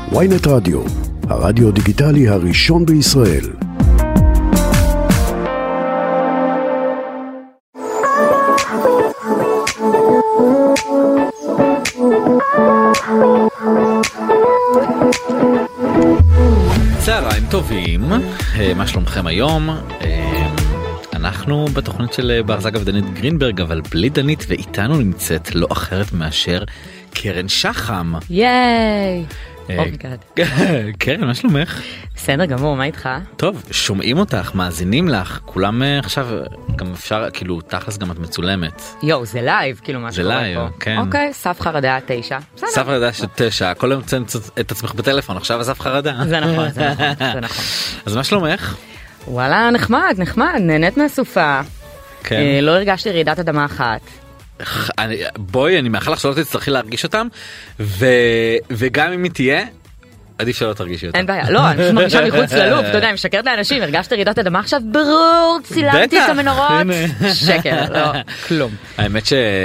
ynet רדיו, הרדיו דיגיטלי הראשון בישראל. צהריים טובים, מה שלומכם היום? אנחנו בתוכנית של ברזק ודנית גרינברג, אבל בלי דנית, ואיתנו נמצאת לא אחרת מאשר קרן שחם. ייי! קרן, מה שלומך? בסדר גמור, מה איתך? טוב, שומעים אותך, מאזינים לך, כולם עכשיו, גם אפשר, כאילו, תכלס גם את מצולמת. יואו, זה לייב, כאילו מה שקורה פה. זה לייב, כן. אוקיי, סף חרדה 9. סף חרדה 9, כל היום ציינת את עצמך בטלפון, עכשיו הסף חרדה. זה נכון, זה נכון. אז מה שלומך? וואלה, נחמד, נהנית מהסופה. כן. לא הרגשתי רעידת אדמה אחת. בואי, אני מאחל לך שלא תצטרכי להרגיש אותם, וגם אם היא תהיה, עדיף שלא תרגישי אותם. אין בעיה, לא, אני מרגישה מחוץ ללופ, אתה יודע, אני משקרת לאנשים, הרגשת רעידת אדמה עכשיו, ברור, צילמתי את המנורות, שקר, לא, כלום. האמת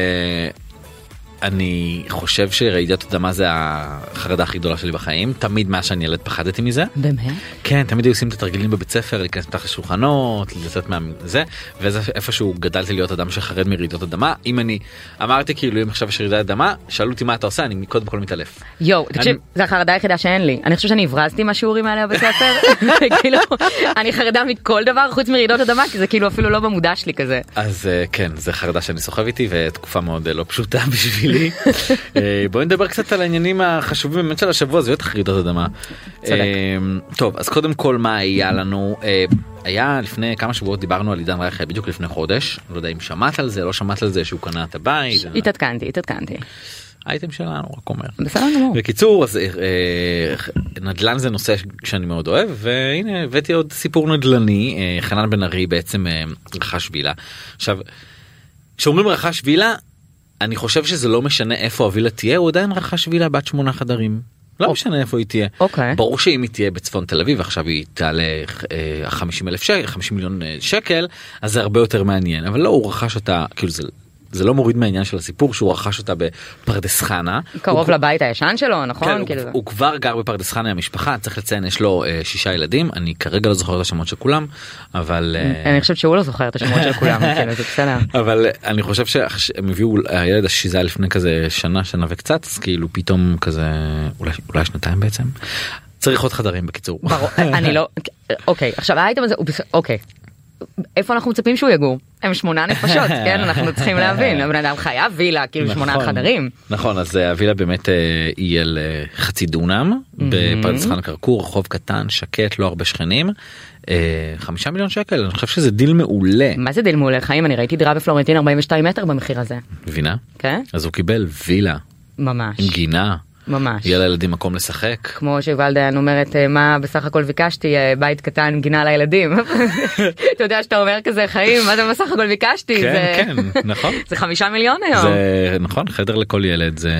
אני חושב שרעידת אדמה זה החרדה הכי גדולה שלי בחיים. תמיד מה שאני ילד פחדתי מזה. באמת? כן, תמיד היו עושים את התרגילים בבית ספר, להיכנס מתחת לשולחנות, לצאת מזה, וזה איפשהו גדלתי להיות אדם שחרד מרעידות אדמה. אם אני אמרתי כאילו, אם עכשיו יש רעידת אדמה, שאלו אותי מה אתה עושה, אני קודם כל מתעלף. יואו, תקשיב, זה החרדה היחידה שאין לי. אני חושב שאני הברזתי מהשיעורים האלה בבית ספר. כאילו, אני חרדה מכל דבר חוץ מרעידות אדמה, כי זה כאילו אפילו לא במודע שלי כזה. אז כן, זה חרדה שאני סוחב איתי, ותקופה מאוד לא פשוטה בשבילי. בואי נדבר קצת על העניינים החשובים באמת של השבוע, זה בטח רעידות אדמה. טוב, אז קודם כל מה היה לנו? היה לפני כמה שבועות דיברנו על עידן רייכל בדיוק לפני חודש, לא יודע אם שמעת על זה, לא שמעת על זה שהוא קנה את הבית. התעדכנתי. האייטם שלנו רק אומר. בסדר גמור. בקיצור, אז נדל"ן זה נושא שאני מאוד אוהב, והנה הבאתי עוד סיפור נדל"ני. חנן בן ארי בעצם רכש וילה. עכשיו, כשאומרים רכש וילה, אני חושב שזה לא משנה איפה הווילה תהיה, הוא עדיין רכש וילה בת 8 חדרים. לא משנה איפה היא תהיה. ברור שאם היא תהיה בצפון תל אביב, עכשיו היא תעלה 50 מיליון שקל, אז זה הרבה יותר מעניין. אבל לא, הוא רכש אותה, כאילו זה לא מוריד מהעניין של הסיפור, שהוא רכש אותה בפרדס חנה. קרוב לבית הישן שלו, נכון? הוא כבר גר בפרדס חנה, המשפחה, צריך לציין, יש לו 6 ילדים, אני כרגע לא זוכר את השמות של כולם, אבל... אני חושב שהוא לא זוכר את השמות של כולם, זה בסדר. אבל אני חושב שהם הביאו, הילד השיזה היה לפני כזה שנה וקצת, אז כאילו פתאום כזה, אולי שנתיים בעצם, צריך עוד חדרים בקיצור. ברור, אני לא... אוקיי, עכשיו האייטם הזה, אוקיי. איפה אנחנו מצפים שהוא יגור? הם 8 נפשות, כן? אנחנו צריכים להבין. הבן אדם חייב וילה, כאילו 8 חדרים. נכון, אז הווילה באמת היא על חצי דונם, בפרדס חנה כרכור, רחוב קטן, שקט, לא הרבה שכנים. 5 מיליון שקל, אני חושב שזה דיל מעולה. מה זה דיל מעולה? חיים, אני ראיתי דירה בפלורנטין 42 מטר במחיר הזה. מבינה? כן? אז הוא קיבל וילה. ממש. עם גינה. ממש. יהיה לילדים מקום לשחק. כמו שיובל דיין אומרת, מה בסך הכל ביקשתי, בית קטן, גינה לילדים. אתה יודע שאתה אומר כזה, חיים, מה זה בסך הכל ביקשתי? כן, נכון. זה 5 מיליון היום. זה נכון, חדר לכל ילד, זה...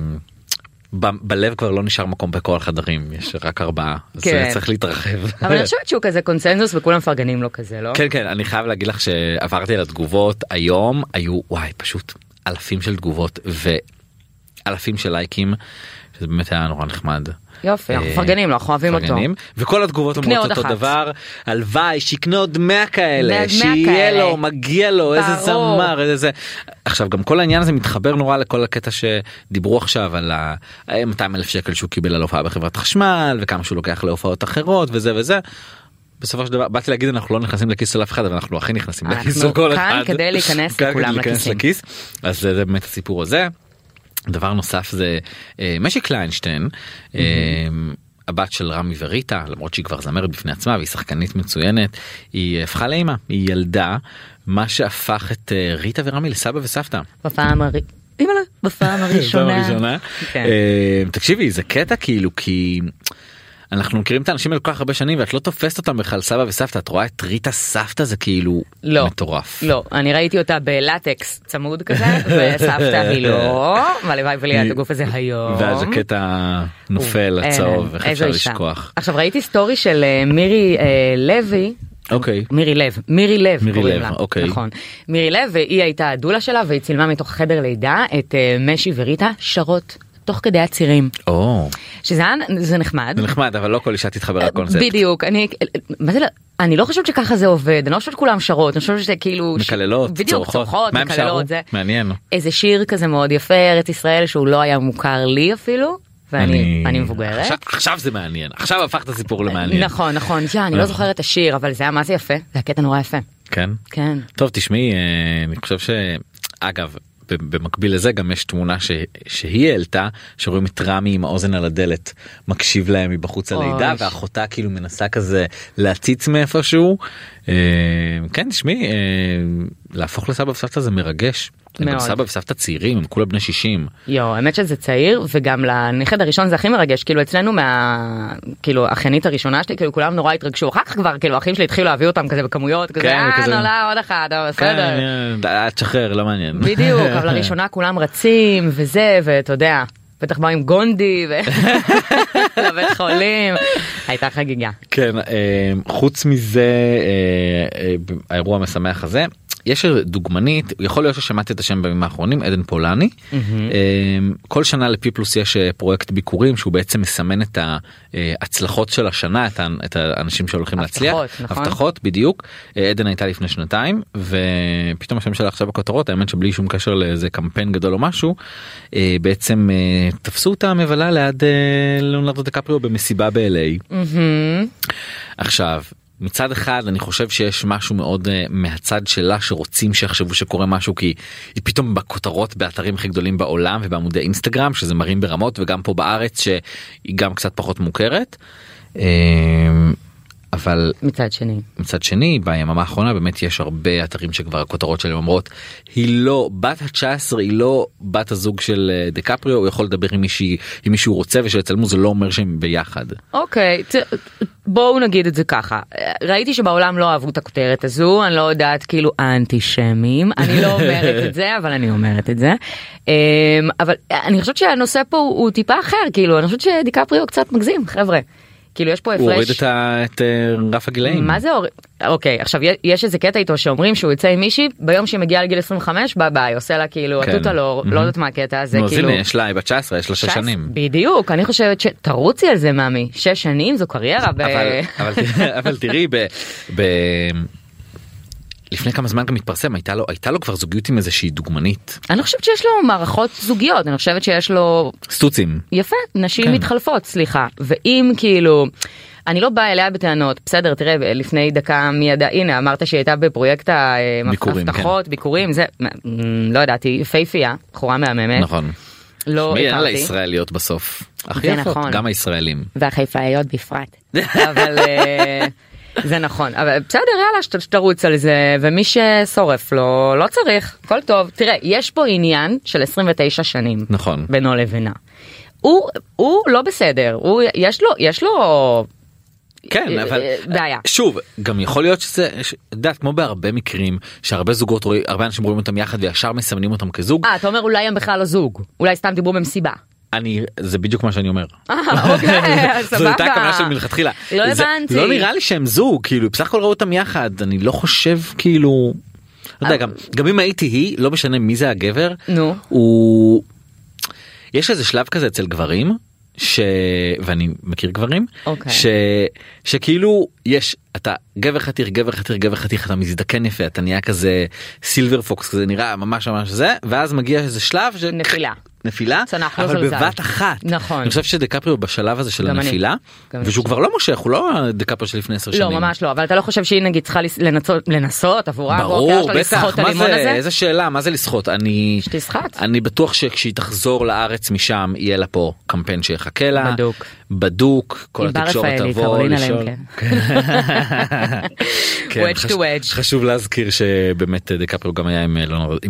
בלב כבר לא נשאר מקום בכל חדרים, יש רק 4, אז צריך להתרחב. אבל אני חושבת שהוא כזה קונסנזוס וכולם מפרגנים לו כזה, לא? כן, כן, אני חייב להגיד לך שעברתי על התגובות, היום היו, וואי, פשוט אלפים של תגובות ואלפים של לייקים, שזה באמת היה נורא נחמד. יופי, אנחנו מפרגנים לו, אנחנו אוהבים אותו. וכל התגובות אומרות אותו דבר, הלוואי, שיקנה עוד 100 כאלה, שיהיה לו, מגיע לו, איזה זמר, איזה זה. עכשיו, גם כל העניין הזה מתחבר נורא לכל הקטע שדיברו עכשיו על 200,000 שקל שהוא קיבל על הופעה בחברת חשמל, וכמה שהוא לוקח להופעות אחרות, וזה וזה. בסופו של דבר, באתי להגיד, אנחנו לא נכנסים לכיס של אף אחד, אבל אנחנו הכי נכנסים לכיס של כל אחד. אנחנו כאן כדי להיכנס לכולם לכיסים. אז זה באמת הסיפור הזה. דבר נוסף זה משי קליינשטיין, הבת של רמי וריטה, למרות שהיא כבר זמרת בפני עצמה והיא שחקנית מצוינת, היא הפכה לאמא, היא ילדה, מה שהפך את ריטה ורמי לסבא וסבתא. בפעם הראשונה. תקשיבי, זה קטע כאילו, כי אנחנו מכירים את האנשים האלה כל כך הרבה שנים ואת לא תופסת אותם בכלל סבא וסבתא, את רואה את ריטה סבתא, זה כאילו מטורף. לא, אני ראיתי אותה בלטקס צמוד כזה, וסבתא היא לא, והלוואי וליד הגוף הזה היום. ואז הקטע נופל, הצהוב, איך אפשר לשכוח. עכשיו ראיתי סטורי של מירי לוי, אוקיי. מירי לב קוראים לה, נכון. מירי לב, והיא הייתה הדולה שלה, והיא צילמה מתוך חדר לידה את משי וריטה שרות. תוך כדי הצירים. זה נחמד. זה נחמד, אבל לא כל אישה תתחבר לקונספט. בדיוק, אני לא חושבת שככה זה עובד, אני לא חושבת שכולם שרות, אני חושבת שזה כאילו... מקללות, צורכות, מה הם שרו? מעניין. איזה שיר כזה מאוד יפה, ארץ ישראל, שהוא לא היה מוכר לי אפילו, ואני מבוגרת. עכשיו זה מעניין, עכשיו הפך את הסיפור למעניין. נכון, אני לא זוכרת את השיר, אבל זה היה מה זה יפה, זה הקטע נורא יפה. כן? כן. טוב, תשמעי, אני חושב אגב, במקביל לזה גם יש תמונה שהיא העלתה, שרואים את רמי עם האוזן על הדלת, מקשיב להם מבחוץ הלידה, ואחותה כאילו מנסה כזה להציץ מאיפשהו. כן, תשמעי, להפוך לסבא וסבתא זה מרגש. גם סבא וסבתא צעירים, הם כולה בני 60. האמת שזה צעיר, וגם לנכד הראשון זה הכי מרגש, כאילו אצלנו כאילו האחיינית הראשונה שלי, כאילו כולם נורא התרגשו, אחר כך כבר כאילו האחים שלי התחילו להביא אותם כזה בכמויות, כזה נולה עוד אחד, בסדר. תשחרר, לא מעניין. בדיוק, אבל לראשונה כולם רצים וזה, ואתה יודע, בטח באו עם גונדי לבית חולים, הייתה חגיגה. כן, חוץ מזה, האירוע המשמח הזה, יש דוגמנית, יכול להיות ששמעתי את השם בימים האחרונים, עדן פולני. כל שנה לפיפלוס יש פרויקט ביקורים שהוא בעצם מסמן את ההצלחות של השנה, את האנשים שהולכים להצליח. הבטחות, בדיוק. עדן הייתה לפני 2 ופתאום השם שלה עכשיו בכותרות, האמת שבלי שום קשר לאיזה קמפיין גדול או משהו, בעצם תפסו אותה מבלה ליד ליאונרדו דיקפריו במסיבה ב-LA. עכשיו, מצד אחד אני חושב שיש משהו מאוד מהצד שלה שרוצים שיחשבו שקורה משהו, כי היא פתאום בכותרות באתרים הכי גדולים בעולם ובעמודי אינסטגרם שזה מראים ברמות, וגם פה בארץ שהיא גם קצת פחות מוכרת. אבל מצד שני ביממה האחרונה באמת יש הרבה אתרים שכבר הכותרות שלהם אומרות היא לא בת ה-19, היא לא בת הזוג של דיקפריו, הוא יכול לדבר עם מישהו רוצה ושלצלמו, זה לא אומר שהם ביחד. אוקיי, בואו נגיד את זה ככה, ראיתי שבעולם לא אהבו את הכותרת הזו, אני לא יודעת, כאילו אנטישמים, אני לא אומרת את זה אבל אני אומרת את זה, אבל אני חושבת שהנושא פה הוא טיפה אחר, כאילו אני חושבת שדיקפריו קצת מגזים, חבר'ה. כאילו יש פה הפרש. הוא הוריד את רף הגילאים. מה זה הוריד? אוקיי, עכשיו יש איזה קטע איתו שאומרים שהוא יוצא עם מישהי, ביום שהיא מגיעה לגיל 25, ביי, עושה לה כאילו, עטות לא יודעת מה הקטע, זה כאילו... הנה, יש לה, היא בת 19, יש לה 6 שנים. בדיוק, אני חושבת שתרוצי על זה, מאמי, 6 שנים זו קריירה. אבל תראי, לפני כמה זמן גם מתפרסם, הייתה לו כבר זוגיות עם איזושהי דוגמנית. אני חושבת שיש לו מערכות זוגיות, אני חושבת שיש לו... סטוצים. יפה, נשים מתחלפות, סליחה. ואם כאילו... אני לא באה אליה בטענות, בסדר, תראה, לפני דקה מי ידע, הנה, אמרת שהיא הייתה בפרויקט המפתחות, ביקורים, זה, לא ידעתי, יפהפייה, בחורה מהממת. נכון. לא הכרתי. אין לה ישראליות בסוף. הכי יפות, גם הישראלים. והחיפאיות בפרט. אבל... זה נכון, אבל בסדר, יאללה, שתרוץ על זה, ומי ששורף לו, לא צריך, הכל טוב. תראה, יש פה עניין של 29 שנים. נכון. בינו לבינה. הוא לא בסדר, יש לו כן, אבל בעיה. שוב, גם יכול להיות שזה, יודעת, כמו בהרבה מקרים, שהרבה זוגות, הרבה אנשים רואים אותם יחד וישר מסמנים אותם כזוג. אתה אומר אולי הם בכלל לא זוג, אולי סתם דיברו במסיבה. זה בדיוק מה שאני אומר. אוקיי, סבבה. זו הייתה הכוונה של מלכתחילה. לא הבנתי. לא נראה לי שהם זוג, כאילו, בסך הכל ראו אותם יחד, אני לא חושב, כאילו... לא יודע, גם אם הייתי היא, לא משנה מי זה הגבר, הוא... יש איזה שלב כזה אצל גברים, ואני מכיר גברים, שכאילו יש, אתה גבר חתיך, גבר חתיך, גבר חתיך, אתה מזדקן יפה, אתה נהיה כזה סילבר פוקס, כזה נראה ממש ממש זה, ואז מגיע איזה שלב נפילה, אבל בבת אחת. נכון. אני חושב שדיקפריו בשלב הזה של הנפילה, ושהוא כבר לא מושך, הוא לא דיקפריו של לפני 10 שנים. לא, ממש לא, אבל אתה לא חושב שהיא נגיד צריכה לנסות עבורה? ברור, בטח, איזה שאלה, מה זה לשחות? אני בטוח שכשהיא תחזור לארץ משם, יהיה לה פה קמפיין שיחכה לה. בדוק, כל התקשורת תבוא לשאול. חשוב להזכיר שבאמת דיקפריו גם היה עם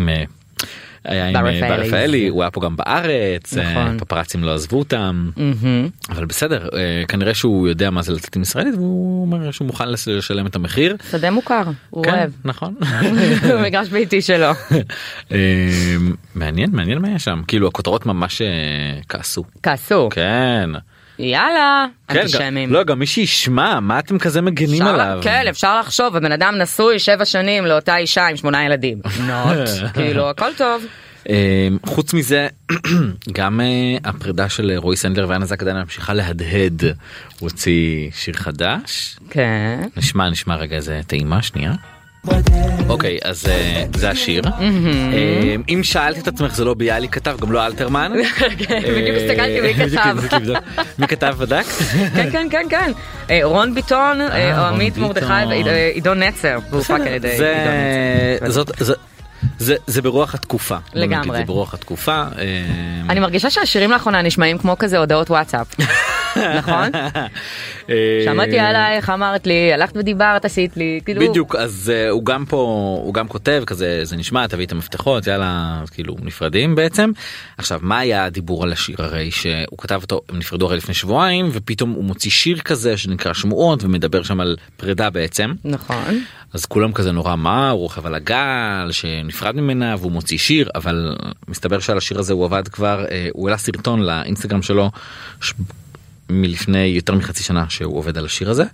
ברפאלי, הוא היה פה גם בארץ, פפרצים לא עזבו אותם, אבל בסדר, כנראה שהוא יודע מה זה לצאת עם ישראלית, והוא אומר שהוא מוכן לשלם את המחיר. שדה מוכר, הוא אוהב. נכון. הוא מגרש ביתי שלו. מעניין מה היה שם, כאילו הכותרות ממש כעסו. כן. יאללה, אנטישמים. לא, גם מי שישמע, מה אתם כזה מגנים עליו? כן, אפשר לחשוב, הבן אדם נשוי 7 שנים לאותה אישה עם 8 ילדים. כאילו, הכל טוב. חוץ מזה, גם הפרידה של רועי סנדלר ואנה זק עדיין ממשיכה להדהד. הוא הוציא שיר חדש. כן. נשמע רגע איזה טעימה, שנייה. אוקיי, אז זה השיר. אם שאלת את עצמך, זה לא ביאליק כתב, גם לא אלתרמן. בדיוק הסתכלתי מי כתב. מי כתב בדק? כן. רון ביטון, עמית מרדכי ועידון נצר. והופק על ידי עידון נצר. זה ברוח התקופה. לגמרי. זה ברוח התקופה. אני מרגישה שהשירים לאחרונה נשמעים כמו כזה הודעות וואטסאפ. נכון? שמעתי עלייך, אמרת לי, הלכת ודיברת, עשית לי, כאילו... בדיוק, אז הוא גם פה, הוא גם כותב כזה, זה נשמע, תביא את המפתחות, יאללה, כאילו, נפרדים בעצם. עכשיו, מה היה הדיבור על השיר? הרי שהוא כתב אותו, הם נפרדו הרי לפני שבועיים, ופתאום הוא מוציא שיר כזה שנקרא שמועות, ומדבר שם על פרידה בעצם. נכון. אז כולם כזה נורא מה, הוא רוכב על הגל, שנפרד ממנה, והוא מוציא שיר, אבל מסתבר שעל השיר הזה הוא עבד כבר, הוא העלה סרטון לאינסטגרם שלו, מלפני יותר מחצי שנה שהוא עובד על השיר הזה.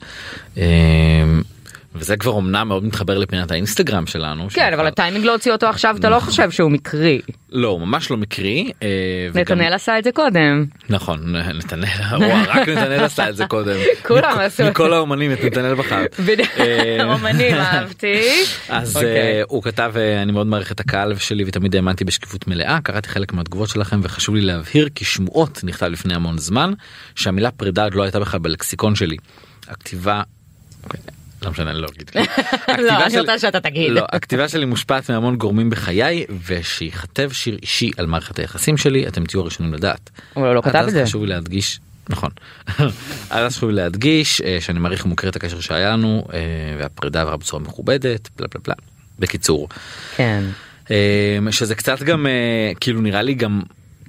וזה כבר אומנם מאוד מתחבר לפינת האינסטגרם שלנו. כן, אבל הטיימינג לא הוציא אותו עכשיו, אתה לא חושב שהוא מקרי. לא, ממש לא מקרי. נתנאל עשה את זה קודם. נכון, נתנאל, רק נתנאל עשה את זה קודם. כולם עשו. מכל האומנים את נתנאל בחר. אומנים אהבתי. אז הוא כתב, אני מאוד מעריך את הקהל שלי ותמיד האמנתי בשקיפות מלאה, קראתי חלק מהתגובות שלכם וחשוב לי להבהיר כי שמועות נכתב לפני המון זמן, שהמילה פרידה עוד לא הייתה בכלל בלקסיקון שלי. הכתיבה... לא משנה, אני לא אגיד. לא, אני רוצה שאתה תגיד. לא, הכתיבה שלי מושפעת מהמון גורמים בחיי, ושיכתב שיר אישי על מערכת היחסים שלי, אתם תהיו הראשונים לדעת. הוא לא כתב את זה. אז חשוב לי להדגיש, נכון. אז חשוב לי להדגיש שאני מעריך ומוכר את הקשר שהיה לנו, והפרידה עברה בצורה מכובדת, בלה בלה בלה. בקיצור. כן. שזה קצת גם, כאילו נראה לי גם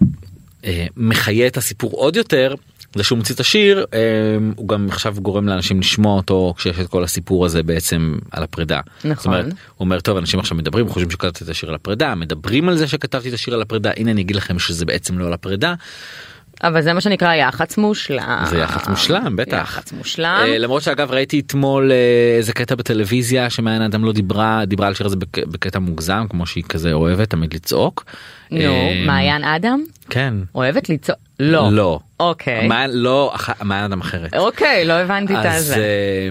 מחיה את הסיפור עוד יותר, זה שהוא מוציא את השיר, הוא גם עכשיו גורם לאנשים לשמוע אותו כשיש את כל הסיפור הזה בעצם על הפרידה. נכון. זאת אומרת, הוא אומר, טוב, אנשים עכשיו מדברים, חושבים שכתבתי את השיר על הפרידה, מדברים על זה שכתבתי את השיר על הפרידה, הנה אני אגיד לכם שזה בעצם לא על הפרידה. אבל זה מה שנקרא יח"צ מושלם. זה יח"צ מושלם, בטח. יח"צ מושלם. למרות שאגב ראיתי אתמול איזה קטע בטלוויזיה שמעיין אדם לא דיברה על שיר הזה בקטע מוגזם, כמו שהיא כזה אוהבת תמיד לצעוק. נו, מעיין אדם? כן. אוהבת לצעוק? לא. לא. אוקיי. לא, מעיין אדם אחרת. אוקיי, לא הבנתי את זה.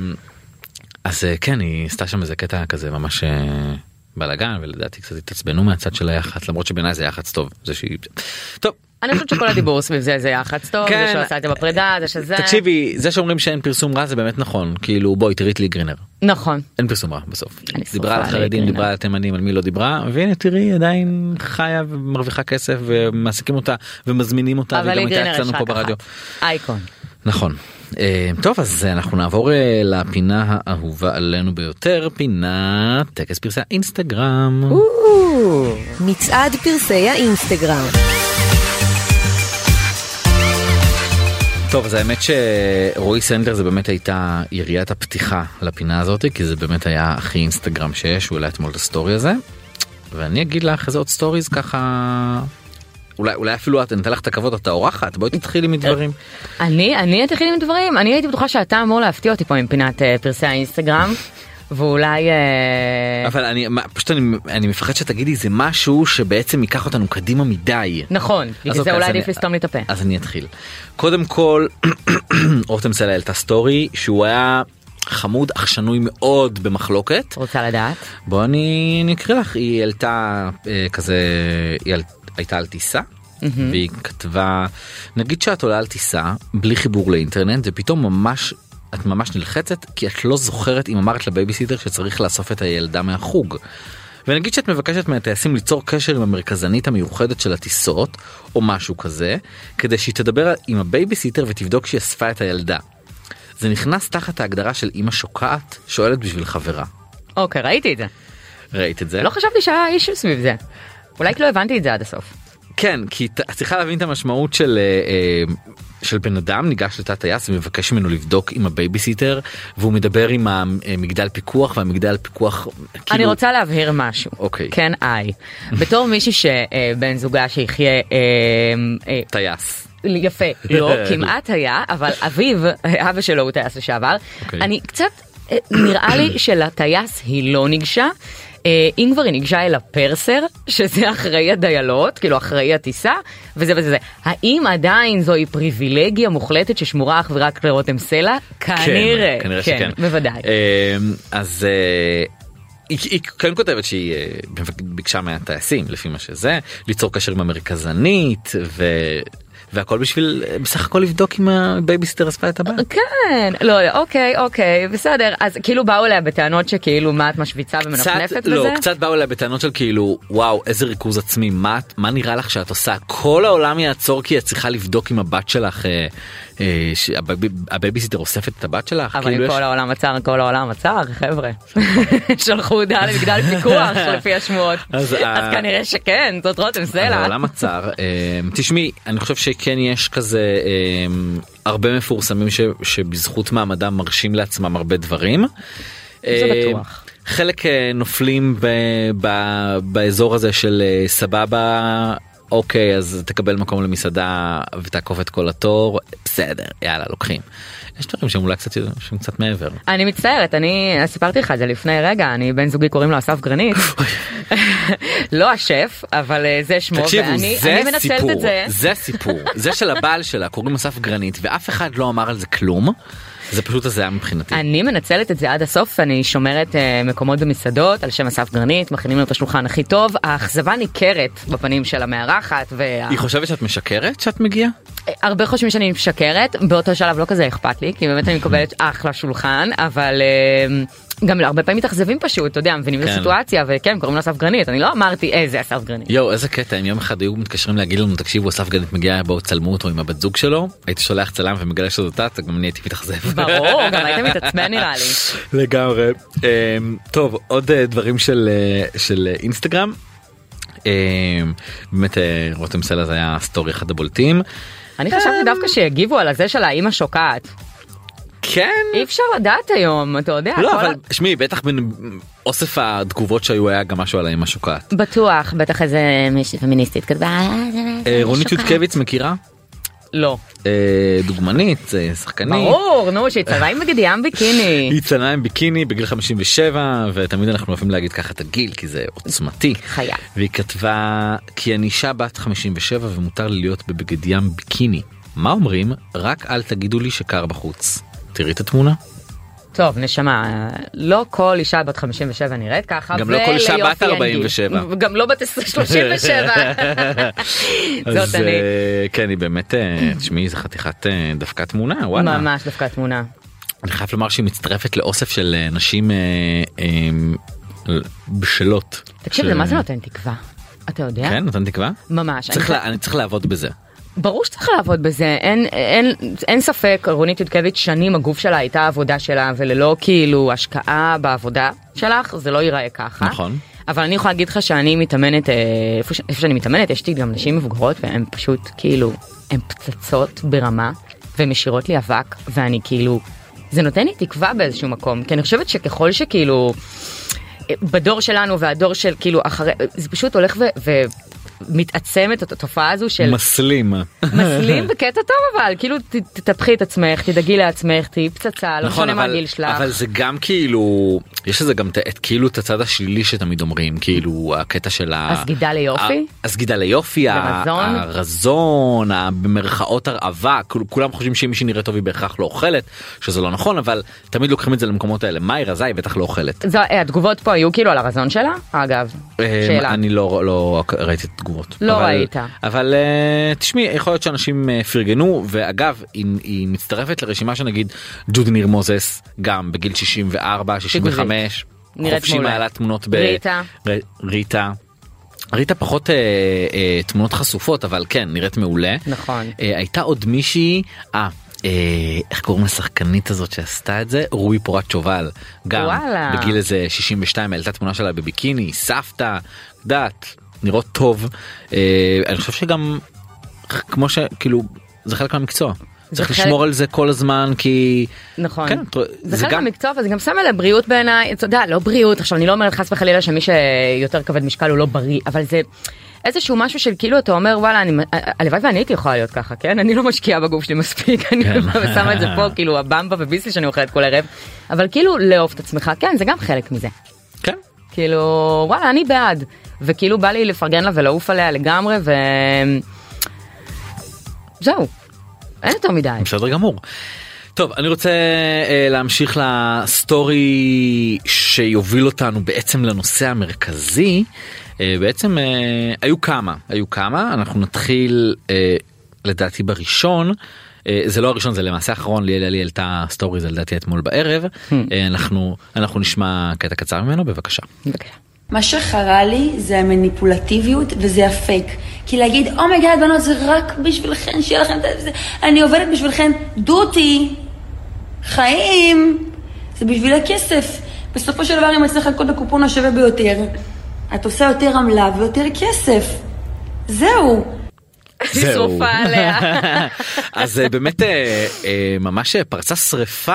אז כן, היא עשתה שם איזה קטע כזה ממש בלגן, ולדעתי קצת התעצבנו מהצד של היח"צ, למרות שבעיניי זה יח"צ טוב. זה שהיא... טוב. אני חושבת שכל הדיבור סביב זה יח"צ טוב, זה שהוא עשה את זה בפרידה, זה שזה... תקשיבי, זה שאומרים שאין פרסום רע זה באמת נכון, כאילו בואי תראי את לי גרינר. נכון. אין פרסום רע בסוף. דיברה על החרדים, דיברה על התימנים, על מי לא דיברה, והנה תראי עדיין חיה ומרוויחה כסף ומעסיקים אותה ומזמינים אותה, וגם הייתה אצלנו פה ברדיו. אייקון. נכון. טוב, אז אנחנו נעבור לפינה האהובה עלינו ביותר, פינת טקס פרסי האינסטגרם. מצעד פרסי האינסטגרם. טוב, אז האמת שרועי סנדלר זה באמת הייתה יריית הפתיחה לפינה הזאת, כי זה באמת היה הכי אינסטגרם שיש, הוא העלה אתמול את הסטורי הזה, ואני אגיד לך איזה עוד סטוריז ככה, אולי אפילו את נתן לך את הכבוד, אתה אורחת, בואי תתחילי מדברים. אני אתחיל עם דברים, אני הייתי בטוחה שאתה אמור להפתיע אותי פה עם פינת פרסי האינסטגרם, ואולי... אבל אני מפחד שתגידי זה משהו שבעצם ייקח אותנו קדימה מדי. נכון, בגלל זה אולי עדיף לסתום לי את הפה. אז אני אתחיל. קודם כל, רותם סלע העלתה סטורי שהוא היה חמוד אך שנוי מאוד במחלוקת. רוצה לדעת? בוא אני אקריא לך, היא העלתה כזה, היא הייתה על טיסה. והיא כתבה, נגיד שאת עולה על טיסה בלי חיבור לאינטרנט ופתאום את ממש נלחצת כי את לא זוכרת אם אמרת לבייביסיטר שצריך לאסוף את הילדה מהחוג. ונגיד שאת מבקשת מהטייסים ליצור קשר עם המרכזנית המיוחדת של הטיסות או משהו כזה, כדי שהיא תדבר עם הבייביסיטר ותבדוק שהיא אספה את הילדה. זה נכנס תחת ההגדרה של אמא שוקעת שואלת בשביל חברה. אוקיי, ראיתי את זה. ראית את זה? לא חשבתי שהיה אישו סביב זה. אולי לא הבנתי את זה עד הסוף. כן, כי צריכה להבין את המשמעות של בן אדם ניגש לתא טייס ומבקש ממנו לבדוק עם הבייביסיטר והוא מדבר עם המגדל פיקוח והמגדל פיקוח אני רוצה להבהיר משהו. אוקיי. כן, בתור מישהי שבן זוגה שיחיה טייס. יפה, לא, כמעט היה, אבל אביו, אבא שלו הוא טייס לשעבר. אני קצת, נראה לי שלטייס היא לא ניגשה. אם כבר היא ניגשה אל הפרסר, שזה אחראי הדיילות, כאילו אחראי הטיסה, וזה וזה זה. האם עדיין זוהי פריבילגיה מוחלטת ששמורה אך ורק לרותם סלע? כנראה. כנראה שכן. בוודאי. אז היא כן כותבת שהיא ביקשה מהטייסים, לפי מה שזה, ליצור קשר עם המרכזנית, והכל בשביל בסך הכל לבדוק אם הבייביסיטר אספה את הבית. כן, לא, אוקיי, בסדר. אז כאילו באו אליה בטענות שכאילו מה את משוויצה ומנפנפת בזה? לא, קצת באו אליה בטענות של כאילו, וואו, איזה ריכוז עצמי, מה נראה לך שאת עושה? כל העולם יעצור כי את צריכה לבדוק עם הבת שלך, הבייביסיטר אוספת את הבת שלך. אבל אם כל העולם עצר, חבר'ה. שלחו הודעה למגדל פיקוח לפי השמועות. אז כנראה שכן, זאת רותם סלע. העולם עצר. תשמעי, אני חושב שכן יש כזה הרבה מפורסמים שבזכות מעמדם מרשים לעצמם הרבה דברים. זה בטוח. חלק נופלים באזור הזה של סבבה, אוקיי, אז תקבל מקום למסעדה ותעקוף את כל התור, בסדר, יאללה, לוקחים. יש דברים שהם אולי קצת מעבר. אני מצטערת, אני סיפרתי לך את זה לפני רגע, אני בן זוגי קוראים לו אסף גרנית. לא השף, אבל זה שמו, ואני מנצלת את זה. זה סיפור, זה של הבעל שלה, קוראים אסף גרנית, ואף אחד לא אמר על זה כלום. זה פשוט הזיה מבחינתי. אני מנצלת את זה עד הסוף, אני שומרת מקומות במסעדות על שם אסף גרנית, מכינים לו את השולחן הכי טוב, האכזבה ניכרת בפנים של המארחת. היא חושבת שאת משקרת שאת מגיעה? הרבה חושבים שאני משקרת, באותו שלב לא כזה אכפת לי, כי באמת אני מקבלת אחלה שולחן, אבל גם הרבה פעמים מתאכזבים פשוט, אתה יודע, מבינים את הסיטואציה, וכן, קוראים לו אסף גרנית, אני לא אמרתי איזה אסף גרנית. יו, איזה קטע, אם יום אחד היו מתקשרים להגיד לנו, תקשיבו, אסף גרנית מגיע, בואו צלמו אותו עם הבת זוג שלו, הייתי שולח צלם ומגלה שזאת את, גם אני הייתי מתאכזב. ברור, גם היית מתעצבן נראה לי. לגמרי. טוב, עוד דברים של אינסטגרם. באמת רותם סלע זה היה סטורי אחד הבולטים. אני חשבתי דווקא שיגיבו על זה של האמא שוקעת. כן. אי אפשר לדעת היום, אתה יודע. לא, אבל שמי, בטח בין אוסף התגובות שהיו היה גם משהו על האמא שוקעת. בטוח, בטח איזה מישהי פמיניסטית כתבה. רונית יודקביץ מכירה? לא. דוגמנית, שחקנית. ברור, נו, שהיא צלמה עם בגד ים ביקיני. היא צלמה עם ביקיני בגיל 57, ותמיד אנחנו אוהבים להגיד ככה את הגיל, כי זה עוצמתי. חיה. והיא כתבה, כי אני אישה בת 57 ומותר לי להיות בבגד ים ביקיני. מה אומרים? רק אל תגידו לי שקר בחוץ. תראי את התמונה. טוב, נשמה, לא כל אישה בת 57 נראית ככה. גם לא כל אישה בת 47. גם לא בת 37. זאת אני. כן, היא באמת, תשמעי, זה חתיכת דווקא תמונה, וואלה. ממש דווקא תמונה. אני חייב לומר שהיא מצטרפת לאוסף של נשים בשלות. תקשיב, למה זה נותן תקווה? אתה יודע? כן, נותן תקווה? ממש. אני צריך לעבוד בזה. ברור שצריך לעבוד בזה, אין ספק, רונית יודקביץ שנים הגוף שלה הייתה העבודה שלה, וללא כאילו השקעה בעבודה שלך, זה לא ייראה ככה. נכון. אבל אני יכולה להגיד לך שאני מתאמנת, איפה שאני מתאמנת, יש לי גם נשים מבוגרות, והן פשוט כאילו, הן פצצות ברמה, והן משאירות לי אבק, ואני כאילו, זה נותן לי תקווה באיזשהו מקום, כי אני חושבת שככל שכאילו, בדור שלנו והדור של כאילו אחרי, זה פשוט הולך מתעצמת את התופעה הזו של מסלים בקטע טוב, אבל כאילו תתפחי את עצמך, תדאגי לעצמך, תהי פצצה, לא משנה מה הגיל שלך. אבל זה גם כאילו, יש לזה גם כאילו את הצד השלילי שתמיד אומרים, כאילו הקטע של הסגידה ליופי, הסגידה ליופי, הרזון, במרכאות הרעבה, כולם חושבים שאם מישהי נראית טוב היא בהכרח לא אוכלת, שזה לא נכון, אבל תמיד לוקחים את זה למקומות האלה. מאי רזה היא בטח לא אוכלת. התגובות פה היו כאילו על הרזון שלה, אגב. אני לא ראיתי תגובות. לא ראית. אבל תשמעי, יכול להיות שאנשים פרגנו, ואגב, היא מצטרפת לרשימה שנגיד ג'ודי ניר מוזס, גם בגיל 64, 65, חופשי מעלה תמונות ריטה פחות תמונות חשופות, אבל כן, נראית מעולה. נכון. הייתה עוד מישהי, איך קוראים לשחקנית הזאת שעשתה את זה? רובי פורט שובל, גם בגיל איזה 62, העלתה תמונה שלה בביקיני, סבתא, דעת, נראות טוב. אני חושב שגם כמו שכאילו זה חלק מהמקצוע, צריך לשמור על זה כל הזמן, כי נכון, זה חלק מהמקצוע, וזה גם סמל לבריאות בעיניי. אתה יודע, לא בריאות, עכשיו אני לא אומרת חס וחלילה שמי שיותר כבד משקל הוא לא בריא, אבל זה איזשהו משהו של כאילו אתה אומר וואלה, הלוואי ואני הייתי יכולה להיות ככה, כן? אני לא משקיעה בגוף שלי מספיק, אני שמה את זה פה, כאילו הבמבה וביסלי שאני אוכלת כל ערב, אבל כאילו לאהוב את עצמך, כן, זה גם חלק מזה. כן. כאילו, וואלה, אני בעד. וכאילו בא לי לפרגן לה ולעוף עליה לגמרי, זהו. אין יותר מדי. בסדר גמור. טוב, אני רוצה להמשיך לסטורי שיוביל אותנו בעצם לנושא המרכזי. בעצם היו כמה, אנחנו נתחיל לדעתי בראשון, זה לא הראשון, זה למעשה האחרון, לי העלתה סטורי, זה לדעתי אתמול בערב, אנחנו נשמע קטע קצר ממנו, בבקשה. מה שחרה לי זה המניפולטיביות וזה הפייק. כי להגיד, אומייגאד בנות, זה רק בשבילכן, שיהיה לכם, אני עובדת בשבילכן, דותי, חיים, זה בשביל הכסף. בסופו של דבר, אם אצלך קוד הקופון השווה ביותר, את עושה יותר עמלה ויותר כסף. זהו. שרופה עליה. אז באמת ממש פרצה שריפה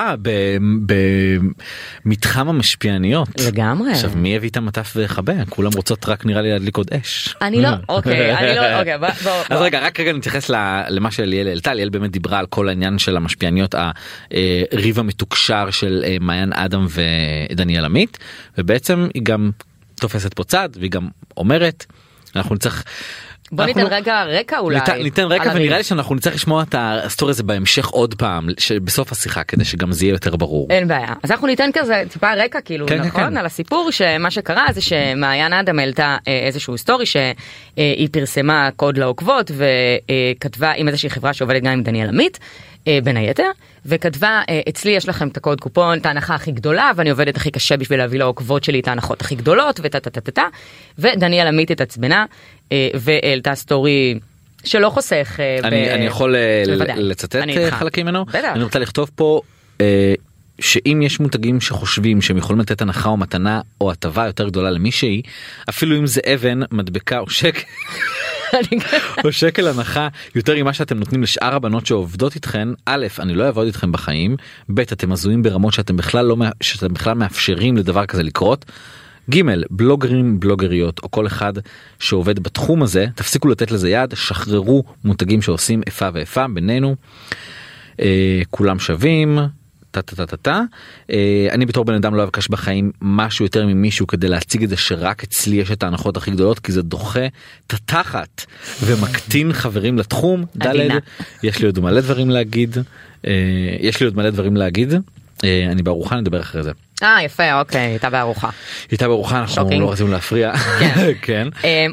במתחם המשפיעניות. לגמרי. עכשיו מי הביא את המטף וחבה? כולם רוצות רק נראה לי להדליק עוד אש. אני לא, אוקיי, בוא. אז רגע נתייחס למה שליאל העלתה. ליאל באמת דיברה על כל העניין של המשפיעניות, הריב המתוקשר של מעיין אדם ודניאל עמית, ובעצם היא גם תופסת פה צד והיא גם אומרת אנחנו נצטרך בוא ניתן רגע רקע אולי. ניתן רקע ונראה לי שאנחנו נצטרך לשמוע את הסטורי הזה בהמשך עוד פעם בסוף השיחה כדי שגם זה יהיה יותר ברור. אין בעיה. אז אנחנו ניתן כזה טיפה רקע כאילו נכון על הסיפור שמה שקרה זה שמעיין אדם העלתה איזשהו סטורי שהיא פרסמה קוד לעוקבות וכתבה עם איזושהי חברה שעובדת גם עם דניאל עמית בין היתר וכתבה אצלי יש לכם את הקוד קופון את ההנחה הכי גדולה ואני עובדת הכי קשה בשביל להביא לעוקבות שלי את ההנחות הכי גדולות ודניאל עמית התעצבנה והעלתה סטורי שלא חוסך. אני יכול לצטט חלקים ממנו. אני רוצה לכתוב פה שאם יש מותגים שחושבים שהם יכולים לתת הנחה או מתנה או הטבה יותר גדולה למישהי, אפילו אם זה אבן, מדבקה או שקל או שקל הנחה יותר ממה שאתם נותנים לשאר הבנות שעובדות איתכן, א', אני לא אעבוד איתכם בחיים, ב', אתם הזויים ברמות שאתם בכלל מאפשרים לדבר כזה לקרות, ג', בלוגרים, בלוגריות או כל אחד שעובד בתחום הזה, תפסיקו לתת לזה יד, שחררו מותגים שעושים איפה ואיפה בינינו, כולם שווים, אני בתור בן אדם לא אבקש בחיים משהו יותר ממישהו כדי להציג את זה שרק אצלי יש את ההנחות הכי גדולות כי זה דוחה את התחת ומקטין חברים לתחום. ד', יש לי עוד מלא דברים להגיד, אני בארוחה, נדבר אחרי זה. יפה, אוקיי, הייתה בארוחה, אנחנו לא רצינו להפריע. כן.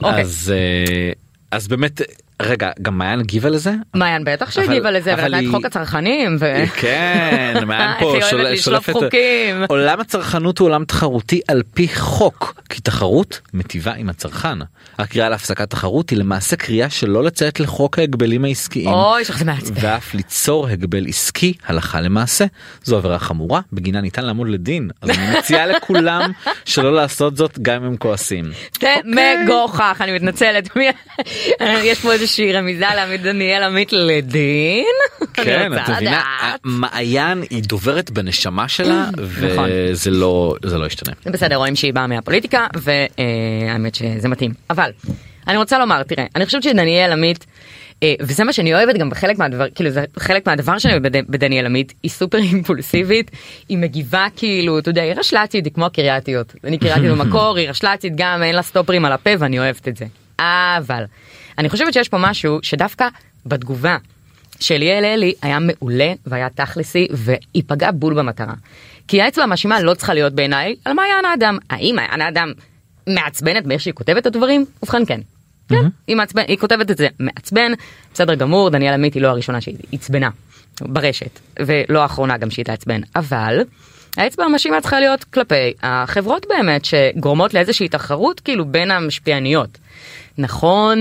אז באמת רגע, גם מעיין הגיבה לזה? מעיין בטח שהגיבה לזה, ונתנה את חוק הצרכנים. כן, מעיין פה שולפת חוקים. עולם הצרכנות הוא עולם תחרותי על פי חוק, כי תחרות מטיבה עם הצרכן. הקריאה להפסקת תחרות היא למעשה קריאה שלא לציית לחוק ההגבלים העסקיים. אוי, שכזה מעצבן. ואף ליצור הגבל עסקי הלכה למעשה. זו עבירה חמורה, בגינה ניתן לעמוד לדין. אז אני מציעה לכולם שלא לעשות זאת גם אם הם כועסים. זה מגוחך, אני מתנצלת. יש פה איזושהי רמיזה להעמיד דניאל עמית לדין. כן, את מבינה, מעיין היא דוברת בנשמה שלה, וזה לא ישתנה. בסדר, רואים שהיא באה מהפוליטיקה, והאמת שזה מתאים. אבל, אני רוצה לומר, תראה, אני חושבת שדניאל עמית, וזה מה שאני אוהבת גם בחלק מהדבר, כאילו זה חלק מהדבר שאני אוהבת בדניאל עמית, היא סופר אימפולסיבית, היא מגיבה כאילו, אתה יודע, היא רשל"צית, היא כמו הקריאטיות. אני קריאטית במקור, היא רשל"צית גם, אין לה סטופרים על הפה, ואני אוהבת את זה. אבל, אני חושבת שיש פה משהו שדווקא בתגובה של ליאל אלי היה מעולה והיה תכלסי והיא פגעה בול במטרה. כי האצבע המאשימה לא צריכה להיות בעיניי על מעיין האדם. האם מעיין האדם מעצבנת באיך שהיא כותבת את הדברים? ובכן כן. כן, היא כותבת את זה מעצבן, בסדר גמור, דניאל עמית היא לא הראשונה שהיא עצבנה ברשת, ולא האחרונה גם שהיא תעצבן. אבל האצבע המאשימה צריכה להיות כלפי החברות באמת שגורמות לאיזושהי תחרות כאילו בין המשפיעניות. נכון,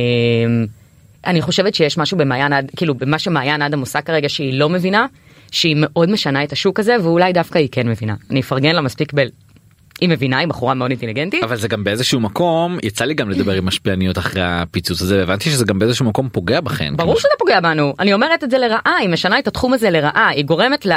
אני חושבת שיש משהו במעיין, כאילו במה שמעיין אדם עושה כרגע שהיא לא מבינה, שהיא מאוד משנה את השוק הזה, ואולי דווקא היא כן מבינה. אני אפרגן לה מספיק היא מבינה, היא בחורה מאוד אינטליגנטית. אבל זה גם באיזשהו מקום, יצא לי גם לדבר עם משפיעניות אחרי הפיצוץ הזה, והבנתי שזה גם באיזשהו מקום פוגע בכן. ברור שזה פוגע בנו. אני אומרת את זה לרעה, היא משנה את התחום הזה לרעה, היא גורמת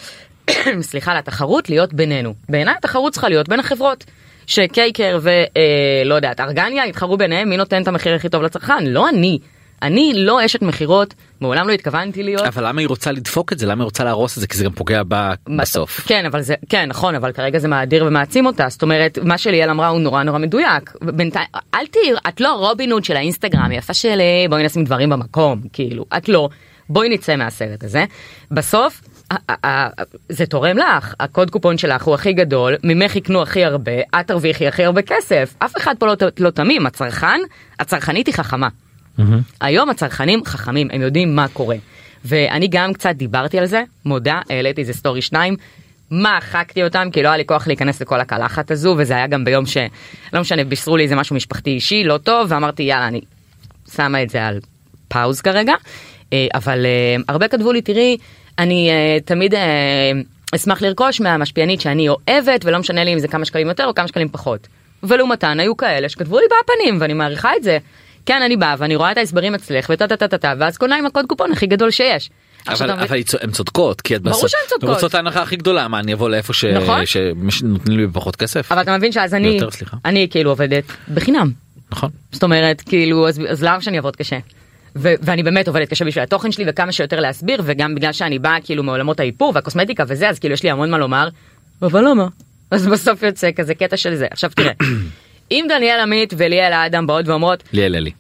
לתחרות להיות בינינו. בעיניי התחרות צריכה להיות בין החברות. שקייקר ולא יודעת, ארגניה יתחרו ביניהם, מי נותן את המחיר הכי טוב לצרכן? לא אני. אני לא אשת מחירות, מעולם לא התכוונתי להיות. אבל למה היא רוצה לדפוק את זה? למה היא רוצה להרוס את זה? כי זה גם פוגע בסוף. כן, אבל זה, כן, נכון, אבל כרגע זה מאדיר ומעצים אותה. זאת אומרת, מה שליאל אמרה הוא נורא נורא מדויק. בינתיים, אל תהיי, את לא רובין-הוד של האינסטגרם, יפה שלי, בואי נשים דברים במקום, כאילו, את לא. בואי נצא מהסרט הזה. בסוף, זה תורם לך, הקוד קופון שלך הוא הכי גדול, ממך יקנו הכי הרבה, את תרוויחי הכי הרבה כסף. אף אחד פה לא תמים, הצרכנית היא חכמה. היום הצרכנים חכמים, הם יודעים מה קורה. ואני גם קצת דיברתי על זה, מודה, העליתי איזה סטורי 2, מחקתי אותם, כי לא היה לי כוח להיכנס לכל הקלחת הזו, וזה היה גם ביום לא משנה, בישרו לי איזה משהו משפחתי אישי, לא טוב, ואמרתי, יאללה, אני שמה את זה על פאוז כרגע, אבל הרבה כתבו לי, תראי, אני תמיד אשמח לרכוש מהמשפיענית שאני אוהבת, ולא משנה לי אם זה כמה שקלים יותר או כמה שקלים פחות. ולעומתן היו כאלה שכתבו לי בפנים, ואני מעריכה את זה. כן, אני באה ואני רואה את ההסברים אצלך, ואז קונה עם הקוד קופון הכי גדול שיש. אבל הן צודקות, כי את ברור שהן צודקות. רוצות ההנחה הכי גדולה, מה, אני אבוא לאיפה שנותנים לי בפחות כסף? אבל אתה מבין שאז אני כאילו עובדת בחינם. נכון. זאת אומרת, כאילו, אז למה שאני אעבוד קשה? ואני באמת עובדת קשה בשביל התוכן שלי וכמה שיותר להסביר, וגם בגלל שאני באה כאילו מעולמות האיפור והקוסמטיקה וזה, אז כאילו יש לי המון מה לומר, אבל למה? אז בסוף יוצא כזה קטע של זה. עכשיו תראה, אם דניאל עמית וליאל האדם באות ואומרות, ליאל אלי.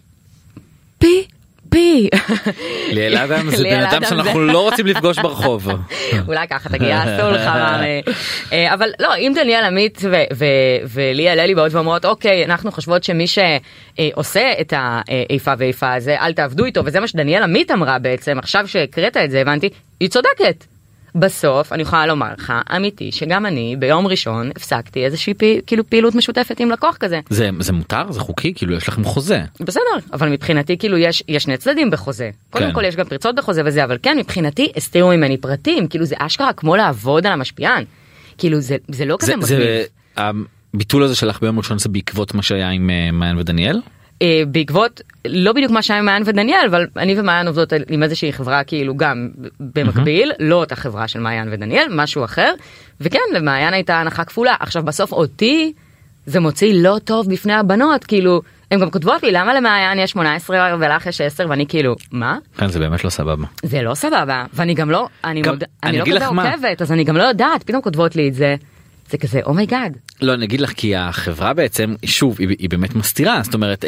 פי. ליאל האדם זה בן אדם שאנחנו לא רוצים לפגוש ברחוב. אולי ככה תגיע, אסור לך. אבל לא, אם דניאל עמית וליאל אלי באות ואומרות, אוקיי, אנחנו חושבות שמי שעושה את האיפה ואיפה הזה, אל תעבדו איתו, וזה מה שדניאל עמית אמרה בעצם, עכשיו שהקראת את זה, הבנתי, היא צודקת. בסוף אני יכולה לומר לך, אמיתי, שגם אני ביום ראשון הפסקתי איזושהי כאילו פעילות משותפת עם לקוח כזה. זה מותר? זה חוקי? כאילו יש לכם חוזה? בסדר, אבל מבחינתי כאילו יש שני צדדים בחוזה. קודם כל יש גם פרצות בחוזה וזה, אבל כן, מבחינתי הסתירו ממני פרטים, כאילו זה אשכרה כמו לעבוד על המשפיען. כאילו זה לא כזה מגניב. הביטול הזה שלך ביום ראשון זה בעקבות מה שהיה עם מעיין ודניאל? בעקבות, לא בדיוק מה שהיה עם מעיין ודניאל, אבל אני ומעיין עובדות עם איזושהי חברה כאילו גם במקביל, לא אותה חברה של מעיין ודניאל, משהו אחר, וכן, למעיין הייתה הנחה כפולה. עכשיו בסוף אותי זה מוציא לא טוב בפני הבנות, כאילו, הם גם כותבות לי, למה למעיין יש 18 ולך יש 10, ואני כאילו, מה? כן, זה באמת לא סבבה. זה לא סבבה, ואני גם לא, אני לא כזה עוקבת, אז אני גם לא יודעת, פתאום כותבות לי את זה. זה כזה, אומייגאד. לא, אני אגיד לך, כי החברה בעצם, שוב, היא באמת מסתירה, זאת אומרת,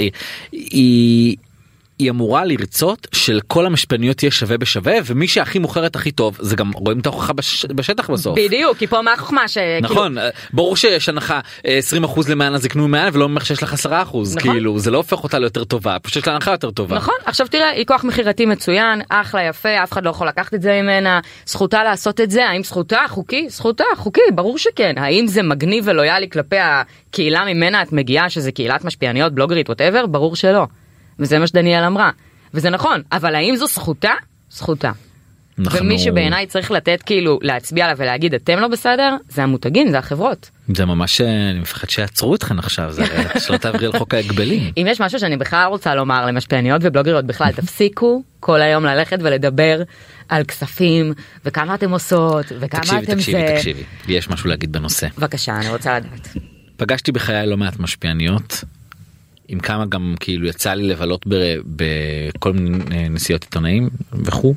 היא אמורה לרצות של כל המשפיעניות יהיה שווה בשווה, ומי שהכי מוכרת הכי טוב, זה גם רואים את ההוכחה בשטח בסוף. בדיוק, כי פה מה החוכמה נכון, ברור שיש הנחה 20% למען אז יקנו מעל, ולא אומר שיש לך 10%, כאילו, זה לא הופך אותה ליותר טובה, פשוט יש לה הנחה יותר טובה. נכון, עכשיו תראה, היא כוח מחירתי מצוין, אחלה יפה, אף אחד לא יכול לקחת את זה ממנה, זכותה לעשות את זה, האם זכותה חוקי? זכותה חוקי, ברור שכן. האם זה מגניב ולויאלי כלפי הקהילה ממנה את מגיעה, שזה קהילת משפיעניות, בלוגרית, whatever? ברור שלא. וזה מה שדניאל אמרה. וזה נכון, אבל האם זו זכותה? זכותה. ומי שבעיניי צריך לתת כאילו להצביע לה ולהגיד אתם לא בסדר, זה המותגים, זה החברות. זה ממש, אני מפחד שיעצרו אתכן עכשיו, זה שלא תעברי על חוק ההגבלים. אם יש משהו שאני בכלל רוצה לומר למשפיעניות ובלוגריות בכלל, תפסיקו כל היום ללכת ולדבר על כספים, וכמה אתם עושות, וכמה אתם זה. תקשיבי, יש משהו להגיד בנושא. בבקשה, אני רוצה לדעת. פגשתי בחיי לא מעט משפיעניות, עם כמה גם כאילו יצא לי לבלות בכל מיני נסיעות עיתונאים וכו'.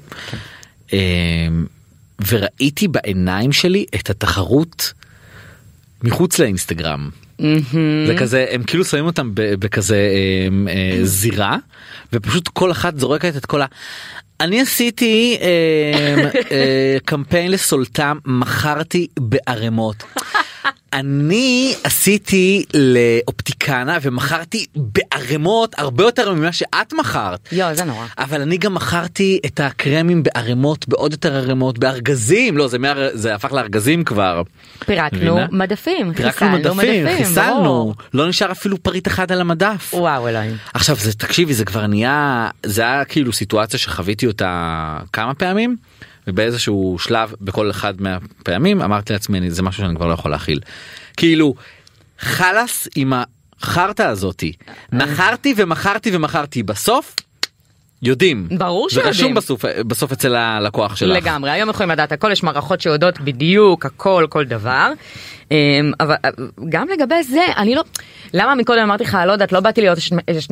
וראיתי בעיניים שלי את התחרות מחוץ לאינסטגרם. זה כזה, הם כאילו שמים אותם בכזה זירה, ופשוט כל אחת זורקת את כל אני עשיתי קמפיין לסולטם, מכרתי בערימות. אני עשיתי לאופטיקנה ומכרתי בערימות הרבה יותר ממה שאת מכרת. יו, זה נורא. אבל אני גם מכרתי את הקרמים בערימות, בעוד יותר ערימות, בארגזים. לא, זה הפך לארגזים כבר. פירקנו מדפים. פירקנו מדפים, חיסלנו. לא נשאר אפילו פריט אחד על המדף. וואו, אלוהים. עכשיו, תקשיבי, זה כבר נהיה, זה היה כאילו סיטואציה שחוויתי אותה כמה פעמים. ובאיזשהו שלב בכל אחד מהפעמים אמרתי לעצמי, זה משהו שאני כבר לא יכול להכיל. כאילו, חלס עם החרטה הזאתי. מכרתי ומכרתי ומכרתי. בסוף, יודעים. ברור שיודעים. זה רשום בסוף אצל הלקוח שלך. לגמרי. היום יכולים לדעת הכל, יש מערכות שיודעות בדיוק הכל, כל דבר. אבל גם לגבי זה, אני לא... למה מקודם אמרתי לך, לא יודעת, לא באתי להיות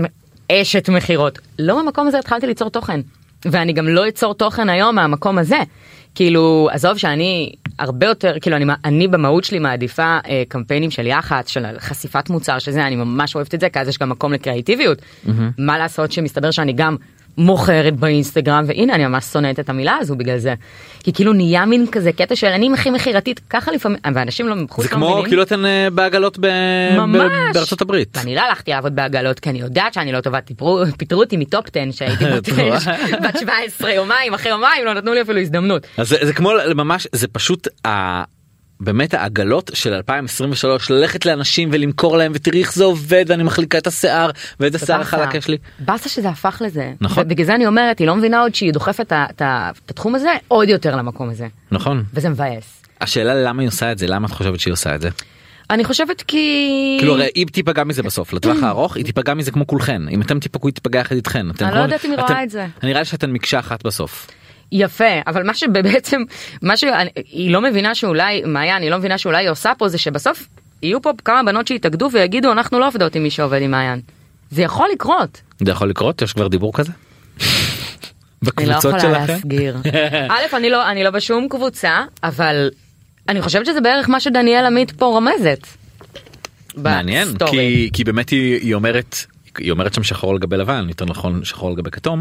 אשת מחירות. לא מהמקום הזה התחלתי ליצור תוכן. ואני גם לא אצור תוכן היום מהמקום הזה. כאילו, עזוב שאני הרבה יותר, כאילו, אני במהות שלי מעדיפה קמפיינים של יח"צ, של חשיפת מוצר, שזה, אני ממש אוהבת את זה, כי אז יש גם מקום לקריאטיביות. מה לעשות שמסתבר שאני גם מוכרת באינסטגרם, והנה, אני ממש שונאת את המילה הזו בגלל זה. כי כאילו נהיה מין כזה קטע של אני הכי מחירתית, ככה לפעמים, ואנשים לא מחוץ זה כמו כאילו אתן בעגלות בארצות הברית. ואני לא הלכתי לעבוד בעגלות, כי אני יודעת שאני לא טובה, פיטרו אותי מטופ 10 שהייתי בת 17 יומיים, אחרי יומיים לא נתנו לי אפילו הזדמנות. אז זה כמו ממש, זה פשוט באמת העגלות של 2023 ללכת לאנשים ולמכור להם ותראי איך זה עובד ואני מחליקה את השיער ואת השיער החלק יש לי. בסה שזה הפך לזה. נכון. ובגלל זה אני אומרת, היא לא מבינה עוד שהיא דוחפת את התחום הזה עוד יותר למקום הזה. נכון. וזה מבאס. השאלה למה היא עושה את זה? למה את חושבת שהיא עושה את זה? אני חושבת כי... כאילו הרי היא תיפגע מזה בסוף, לטווח הארוך היא תיפגע מזה כמו כולכן. אם אתם תיפגעו היא תיפגע יחד איתכן. אני לא יודעת אם היא רואה את זה. אני נראה לי שאתן מקשה אחת בסוף. יפה, אבל מה שבעצם, היא לא מבינה שאולי, מעיין, היא לא מבינה שאולי היא עושה פה, זה שבסוף יהיו פה כמה בנות שיתאגדו ויגידו, אנחנו לא עובדות עם מי שעובד עם מעיין. זה יכול לקרות. זה יכול לקרות? יש כבר דיבור כזה? אני לא יכולה להסגיר. א', אני לא בשום קבוצה, אבל אני חושבת שזה בערך מה שדניאל עמית פה רומזת. מעניין, כי באמת היא אומרת שם שחור על גבי לבן, יותר נכון שחור על גבי כתום,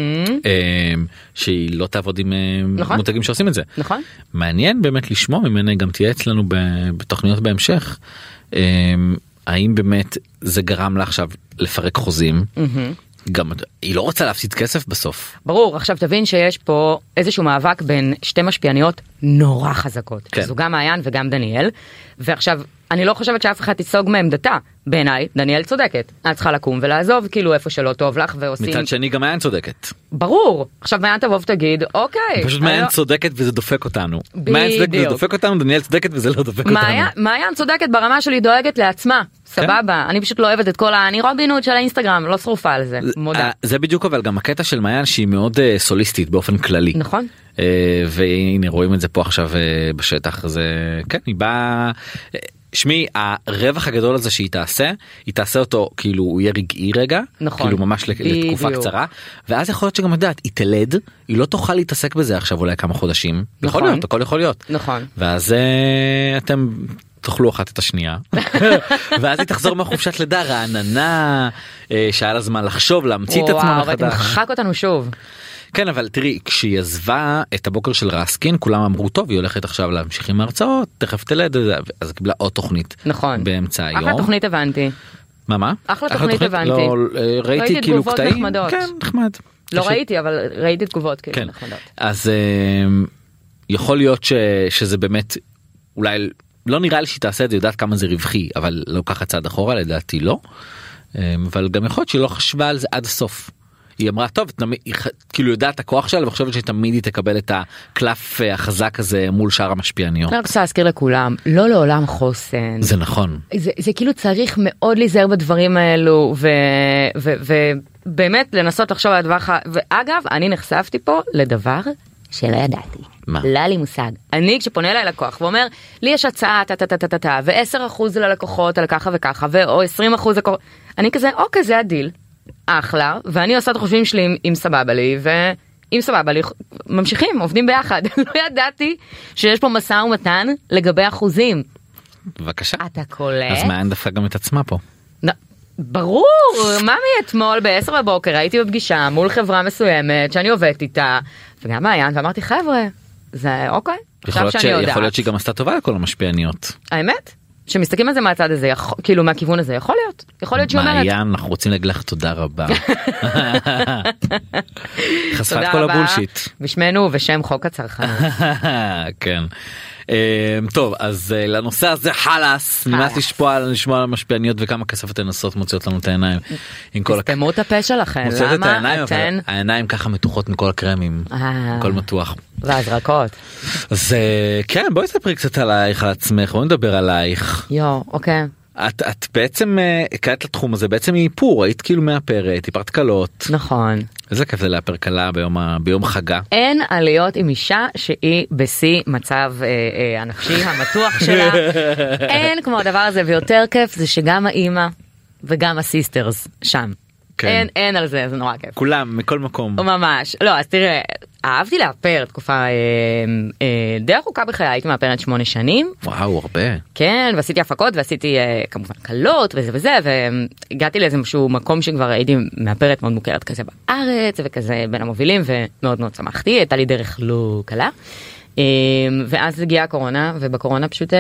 שהיא לא תעבוד עם מותגים שעושים את זה. נכון. מעניין באמת לשמוע ממנה, גם תהיה אצלנו בתוכניות בהמשך, האם באמת זה גרם לה עכשיו לפרק חוזים, גם היא לא רוצה להפסיד כסף בסוף. ברור, עכשיו תבין שיש פה איזשהו מאבק בין שתי משפיעניות נורא חזקות. כן. זו גם מעיין וגם דניאל, ועכשיו אני לא חושבת שאף אחד תיסוג מעמדתה. בעיניי, דניאל צודקת. את צריכה לקום ולעזוב, כאילו איפה שלא טוב לך ועושים... מצד שני גם מעיין צודקת. ברור. עכשיו מעיין תבוא ותגיד, אוקיי. פשוט מעיין צודקת וזה דופק אותנו. מעיין צודקת וזה דופק אותנו, דניאל צודקת וזה לא דופק אותנו. מעיין צודקת ברמה שלי דואגת לעצמה. סבבה. אני פשוט לא אוהבת את כל אני רובינות של האינסטגרם, לא שרופה על זה. מודה. זה בדיוק אבל גם הקטע של מעיין שהיא מאוד סוליסטית באופן כללי. נכון. והנה רואים את זה פה עכשיו בשטח. זה כן, היא באה... שמי, הרווח הגדול הזה שהיא תעשה אותו כאילו הוא יהיה רגעי רגע, נכון, כאילו ממש לתקופה קצרה, ואז יכול להיות שגם יודעת, היא תלד, היא לא תוכל להתעסק בזה עכשיו אולי כמה חודשים, יכול להיות, הכל יכול להיות, נכון. ואז אתם תאכלו אחת את השנייה, ואז היא תחזור מהחופשת לידה רעננה, שהיה לה זמן לחשוב, להמציא את עצמה מחדש. וואו, ותמחק אותנו שוב. כן, אבל תראי, כשהיא עזבה את הבוקר של רסקין, כולם אמרו טוב, היא הולכת עכשיו להמשיך עם ההרצאות, תכף תלד, אז קיבלה עוד תוכנית. נכון. באמצע היום. אחלה תוכנית הבנתי. מה? אחלה תוכנית הבנתי. לא, ראיתי כאילו קטעים. נחמדות. כן, נחמד. לא ראיתי, אבל ראיתי תגובות כאילו נחמדות. אז יכול להיות שזה באמת, אולי, לא נראה לי שהיא תעשה את זה, יודעת כמה זה רווחי, אבל לא ככה צעד אחורה, לדעתי לא. אבל גם יכול להיות שהיא לא חשבה על זה עד הסוף. היא אמרה טוב, היא כאילו יודעת את הכוח שלה וחושבת שתמיד היא תקבל את הקלף החזק הזה מול שאר המשפיעניות. אני רוצה להזכיר לכולם, לא לעולם חוסן. זה נכון. זה כאילו צריך מאוד להיזהר בדברים האלו ובאמת לנסות לחשוב על הדבר, ואגב אני נחשפתי פה לדבר שלא ידעתי. מה? לא היה לי מושג. אני כשפונה אליי לקוח ואומר לי יש הצעה ו10% ללקוחות על ככה וככה או 20% לקוחות, אני כזה אוקיי זה הדיל. אחלה, ואני עושה את החושבים שלי עם סבבה לי, ואם סבבה לי, ממשיכים, עובדים ביחד. לא ידעתי שיש פה משא ומתן לגבי אחוזים. בבקשה. אתה קולט? אז מעיין דפקה גם את עצמה פה. ברור, מה מאתמול ב10 בבוקר הייתי בפגישה מול חברה מסוימת שאני עובדת איתה, וגם מעיין, ואמרתי חבר'ה, זה אוקיי, עכשיו שאני יודעת. יכול להיות שהיא גם עשתה טובה לכל המשפיעניות. האמת? שמסתכלים על זה מהצד הזה, כאילו מהכיוון הזה, יכול להיות שהיא אומרת. מעיין, אנחנו רוצים להגיד לך תודה רבה. חשפת כל הבולשיט. בשמנו ובשם חוק הצרכנות. כן. טוב, אז לנושא הזה חלאס, נמאס לשמוע על המשפיעניות וכמה כסף אתן עושות מוציאות לנו את העיניים. תסתמו את הפה שלכם, למה אתן? העיניים ככה מתוחות מכל הקרמים, הכל מתוח. והזרקות. אז כן, בואי תספרי קצת עלייך, על עצמך, בואי נדבר עלייך. אוקיי. את בעצם, קראת לתחום הזה, בעצם איפור, היית כאילו מאפרת, טיפרת קלות. נכון. איזה כיף זה לאפר קלה ביום חגה. אין עליות עם אישה שהיא בשיא מצב הנפשי המתוח שלה. אין כמו הדבר הזה, ויותר כיף זה שגם האימא וגם הסיסטרס שם. כן. אין על זה, זה נורא כיף. כולם, מכל מקום. ממש. לא, אז תראה, אהבתי לאפר תקופה די ארוכה בחיי, הייתי מאפרת 8 שנים. וואו, הרבה. כן, ועשיתי הפקות ועשיתי כמובן קלות וזה וזה, והגעתי לאיזשהו מקום שכבר הייתי מאפרת מאוד מוכרת כזה בארץ, וכזה בין המובילים, ומאוד מאוד שמחתי, הייתה לי דרך לא קלה. ואז הגיעה הקורונה, ובקורונה פשוט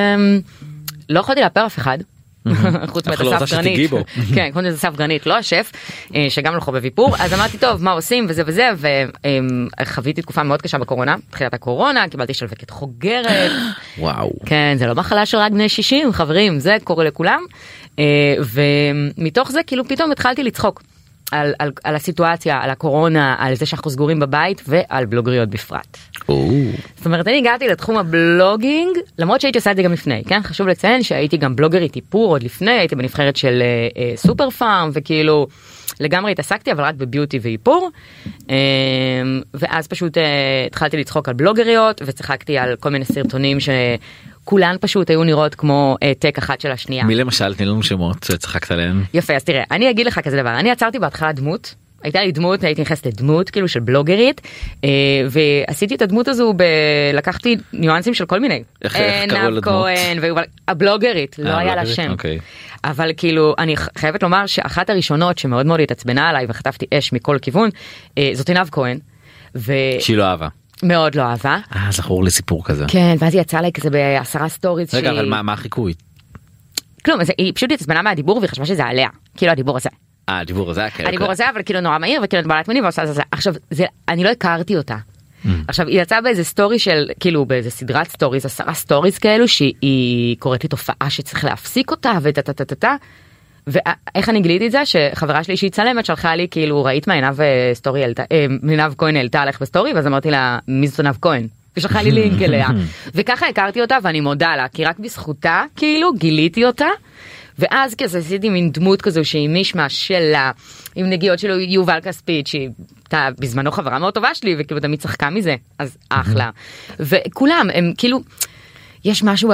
לא יכולתי לאפר אף אחד. חוץ מאסף גרנית, כן, חוץ מאסף גרנית, לא השף, שגם לא חובב איפור, אז אמרתי טוב מה עושים וזה וזה, וחוויתי תקופה מאוד קשה בקורונה, תחילת הקורונה, קיבלתי שלווקת חוגרת, וואו, כן, זה לא מחלה של רק בני 60 חברים, זה קורה לכולם, ומתוך זה כאילו פתאום התחלתי לצחוק על הסיטואציה, על הקורונה, על זה שאנחנו סגורים בבית ועל בלוגריות בפרט. זאת אומרת, אני הגעתי לתחום הבלוגינג, למרות שהייתי עושה את זה גם לפני, כן? חשוב לציין שהייתי גם בלוגרית איפור עוד לפני, הייתי בנבחרת של סופר פארם, וכאילו לגמרי התעסקתי, אבל רק בביוטי ואיפור, ואז פשוט התחלתי לצחוק על בלוגריות, וצחקתי על כל מיני סרטונים כולן פשוט היו נראות כמו טק אחת של השנייה. מי למשל, תני לנו שמות שצחקת עליהן. יפה, אז תראה, אני אגיד לך כזה דבר, אני עצרתי בהתחלה דמות, הייתה לי דמות, הייתי נכנסת לדמות כאילו של בלוגרית, ועשיתי את הדמות הזו, לקחתי ניואנסים של כל מיני. איך קראו לדמות? כהן, הבלוגרית, לא היה לה שם. אבל כאילו, אני חייבת לומר שאחת הראשונות שמאוד מאוד התעצבנה עליי, וחטפתי אש מכל כיוון, זאת עינב כהן. שהיא לא אהבה. מאוד לא אהבה. זכור לי סיפור כזה. כן, ואז היא יצאה לי כזה ב10 סטוריז. רגע, אבל מה החיקוי? כלום, היא פשוט התעצבנה מהדיבור והיא חשבה שזה עליה. כאילו הדיבור הזה. הדיבור הזה, כן. הדיבור הזה, אבל כאילו נורא מהיר וכאילו בעלת מיני ועושה זה. עכשיו, אני לא הכרתי אותה. עכשיו, היא יצאה באיזה סטורי של, כאילו באיזה סדרת סטוריז, 10 סטוריז כאלו, שהיא קוראת לי תופעה שצריך להפסיק אותה וטטטטטטה. ואיך אני גיליתי את זה? שחברה שלי שהיא צלמת שלחה לי, כאילו ראית מה עינב כהן העלתה עליך בסטורי, ואז אמרתי לה, מי זאת עינב כהן? ושלחה לי לינק אליה. וככה הכרתי אותה ואני מודה לה, כי רק בזכותה, כאילו, גיליתי אותה. ואז כזה עשיתי מין דמות כזו שהיא מישמש שלה, עם נגיעות שלו יובל כספית, שהיא בזמנו חברה מאוד טובה שלי, וכאילו תמיד צחקה מזה, אז אחלה. וכולם, הם כאילו, יש משהו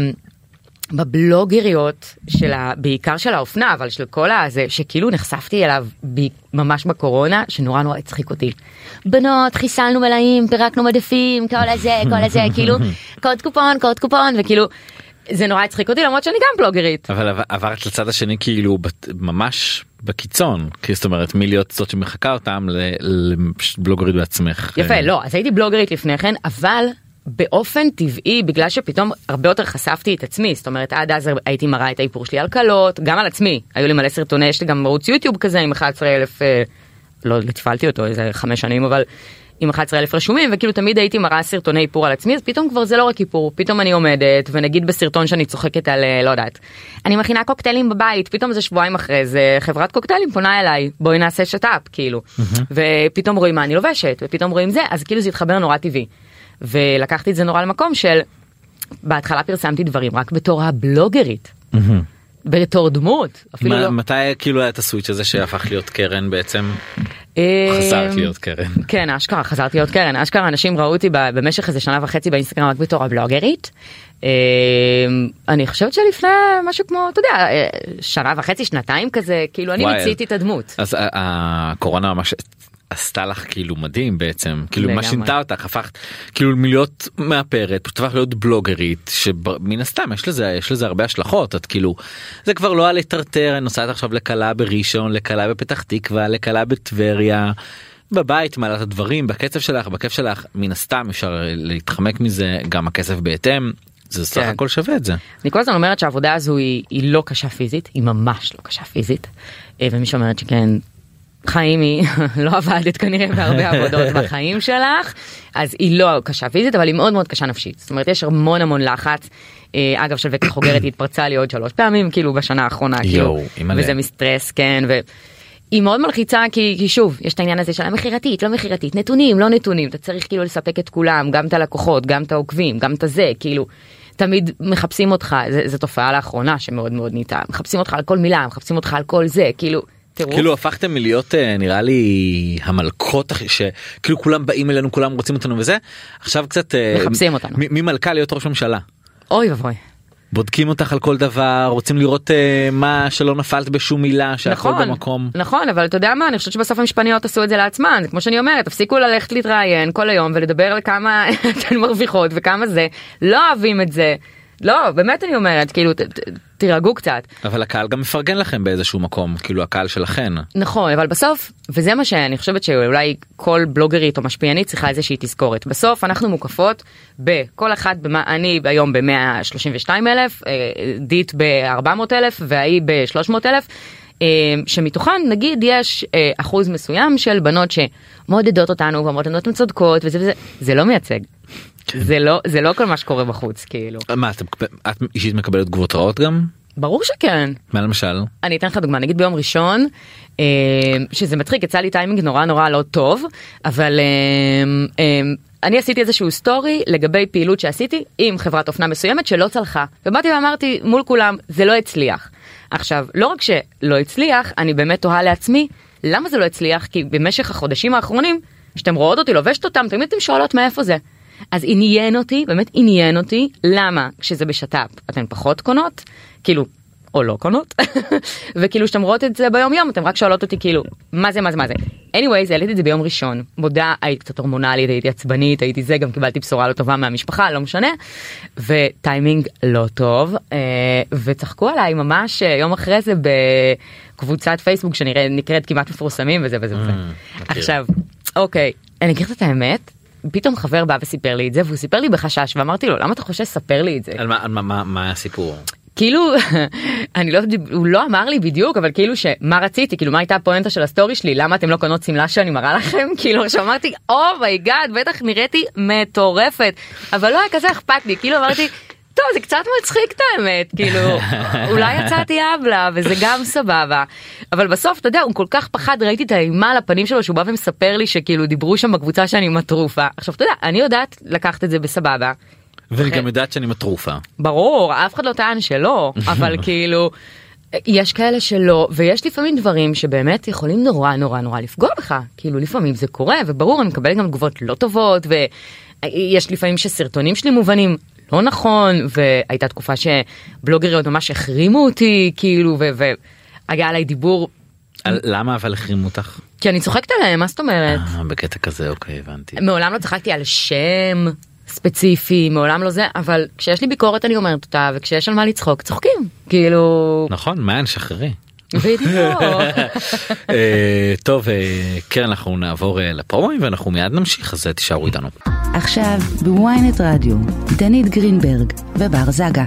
בבלוגריות בעיקר של האופנה, אבל של כל הזה, שכאילו נחשפתי אליו ממש בקורונה, שנורא נורא הצחיק אותי. בנות, חיסלנו מלאים, פירקנו מדפים, כל הזה, כאילו, קוד קופון, וכאילו, זה נורא הצחיק אותי, למרות שאני גם בלוגרית. אבל עברת לצד השני כאילו ממש בקיצון, כי זאת אומרת מי להיות זאת שמחכה אותם לבלוגרית בעצמך. יפה, לא, אז הייתי בלוגרית לפני כן, אבל באופן טבעי, בגלל שפתאום הרבה יותר חשפתי את עצמי, זאת אומרת עד אז הייתי מראה את האיפור שלי על קלות, גם על עצמי, היו לי מלא סרטוני, יש לי גם ערוץ יוטיוב כזה עם 11,000, לא תפעלתי אותו איזה 5 שנים, אבל עם 11,000 רשומים, וכאילו תמיד הייתי מראה סרטוני איפור על עצמי, אז פתאום כבר זה לא רק איפור, פתאום אני עומדת, ונגיד בסרטון שאני צוחקת על, לא יודעת, אני מכינה קוקטיילים בבית, פתאום זה שבועיים אחרי זה, חברת קוקטיילים פונה אליי, בואי נעשה שטאפ, כאילו, ופתאום רואים מה אני לובשת, ופתאום רואים זה, אז כאילו זה התחבר נורא טבעי, ולקחתי את זה נורא למקום של, בהתחלה פרסמתי דברים רק בתור הבלוגרית, בתור דמות, אפילו לא. מתי כאילו היה את הסוויץ' הזה שהפך להיות קרן בעצם? חזרת להיות קרן. כן, אשכרה, חזרתי להיות קרן. אשכרה, אנשים ראו אותי במשך איזה 1.5 שנה באינסטגרם רק בתור הבלוגרית. אני חושבת שלפני משהו כמו, אתה יודע, 1.5 שנתיים כזה, כאילו אני מציתי את הדמות. אז הקורונה ממש עשתה לך כאילו מדהים בעצם, כאילו מה שינתה אותך, הפכת כאילו מלהיות מאפרת, פשוט הפך להיות בלוגרית, שמן הסתם יש לזה הרבה השלכות, את כאילו, זה כבר לא על לטרטר, אני נוסעת עכשיו לקלה בראשון, לקלה בפתח תקווה, לקלה בטבריה, בבית מעלה את הדברים, בקצב שלך, בכיף שלך, מן הסתם אפשר להתחמק מזה, גם הכסף בהתאם, זה סך הכל שווה את זה. אני כל הזמן אומרת שהעבודה הזו היא לא קשה פיזית, היא ממש לא קשה פיזית, ומי שאומרת שכן, חיים היא לא עבדת כנראה בהרבה עבודות בחיים שלך, אז היא לא קשה פיזית, אבל היא מאוד מאוד קשה נפשית. זאת אומרת, יש המון לחץ. אגב, שלווקת חוגרת התפרצה לי עוד 3 פעמים, כאילו בשנה האחרונה, כאילו, וזה מסטרס, כן, והיא מאוד מלחיצה, כי שוב, יש את העניין הזה של המחירתית, לא מחירתית, נתונים, לא נתונים, אתה צריך כאילו לספק את כולם, גם את הלקוחות, גם את העוקבים, גם את זה, כאילו, תמיד מחפשים אותך, זו תופעה לאחרונה שמאוד מאוד ניתה, מחפשים אותך על כל מילה, מחפשים אותך על כל זה, כאילו הפכתם מלהיות נראה לי המלכות שכאילו כולם באים אלינו, כולם רוצים אותנו וזה, עכשיו קצת מחפשים אותנו. ממלכה להיות ראש ממשלה. אוי ובוי. בודקים אותך על כל דבר, רוצים לראות מה שלא נפלת בשום מילה, שהכל במקום. נכון, אבל אתה יודע מה, אני חושבת שבסוף המשפניות עשו את זה לעצמן, זה כמו שאני אומרת, תפסיקו ללכת להתראיין כל היום ולדבר על כמה אתן מרוויחות וכמה זה, לא אוהבים את זה, לא, באמת אני אומרת, כאילו, תירגעו קצת. אבל הקהל גם מפרגן לכם באיזשהו מקום, כאילו הקהל שלכן. נכון, אבל בסוף, וזה מה שאני חושבת שאולי כל בלוגרית או משפיענית צריכה איזושהי תזכורת. בסוף אנחנו מוקפות בכל אחת, אני היום ב-132,000, דית ב-400,000 והיא ב-300,000, שמתוכן נגיד יש אחוז מסוים של בנות שמודדות אותנו ואומרות לנו אתן צודקות וזה וזה, זה לא מייצג. זה לא כל מה שקורה בחוץ, כאילו. מה, את אישית מקבלת תגובות רעות גם? ברור שכן. מה למשל? אני אתן לך דוגמה, נגיד ביום ראשון, שזה מצחיק, יצא לי טיימינג נורא לא טוב, אבל אני עשיתי איזשהו סטורי לגבי פעילות שעשיתי עם חברת אופנה מסוימת שלא צלחה. ובאתי ואמרתי מול כולם, זה לא הצליח. עכשיו, לא רק שלא הצליח, אני באמת תוהה לעצמי, למה זה לא הצליח? כי במשך החודשים האחרונים, שאתם רואות אותי, לובשת אותם, תמיד אתם שואלות מאיפה זה. אז באמת עניין אותי, למה כשזה בשטאפ אתן פחות קונות, כאילו, או לא קונות, וכאילו שאתם רואות את זה ביום יום, אתם רק שואלות אותי כאילו, מה זה. anyways, העליתי את זה ביום ראשון, מודה, הייתי קצת הורמונלית, הייתי עצבנית, הייתי זה, גם קיבלתי בשורה לא טובה מהמשפחה, לא משנה, וטיימינג לא טוב, וצחקו עליי ממש יום אחרי זה בקבוצת פייסבוק, שנקראת כמעט מפורסמים וזה. עכשיו, אוקיי, אני אגיד את האמת, פתאום חבר בא וסיפר לי את זה, והוא סיפר לי בחשש, ואמרתי לו, למה אתה חושב ספר לי את זה? על מה הסיפור? כאילו, הוא לא אמר לי בדיוק, אבל כאילו שמה רציתי, כאילו מה הייתה הפואנטה של הסטורי שלי, למה אתם לא קונות סמלה שאני מראה לכם? כאילו שאמרתי, אומייגאד, בטח נראיתי מטורפת, אבל לא היה כזה אכפת לי, כאילו אמרתי, טוב, זה קצת מצחיק את האמת, כאילו, אולי יצאתי אבלה, וזה גם סבבה. אבל בסוף, אתה יודע, הוא כל כך פחד, ראיתי את האימה על הפנים שלו, שהוא בא ומספר לי שכאילו דיברו שם בקבוצה שאני מטרופה. עכשיו, אתה יודע, אני יודעת לקחת את זה בסבבה. ואני גם יודעת שאני מטרופה. ברור, אף אחד לא טען שלא, אבל כאילו, יש כאלה שלא, ויש לפעמים דברים שבאמת יכולים נורא לפגוע בך. כאילו, לפעמים זה קורה, וברור, אני מקבל גם תגובות לא טובות, ויש לפעמים שסרטונים שלי מובנים לא נכון, והייתה תקופה שבלוגריות ממש החרימו אותי, כאילו, והגע עליי דיבור. למה אבל החרימו אותך? כי אני צוחקת עליהם, מה זאת אומרת? בקטע כזה, אוקיי, הבנתי. מעולם לא צחקתי על שם ספציפי, מעולם לא זה, אבל כשיש לי ביקורת אני אומרת אותה, וכשיש על מה לצחוק, צוחקים, כאילו. נכון, מה נשחררי? בדיוק. טוב, קרן, אנחנו נעבור לפרומואים ואנחנו מיד נמשיך, אז תישארו איתנו. עכשיו בוויינט רדיו, דנית גרינברג ובר זגה.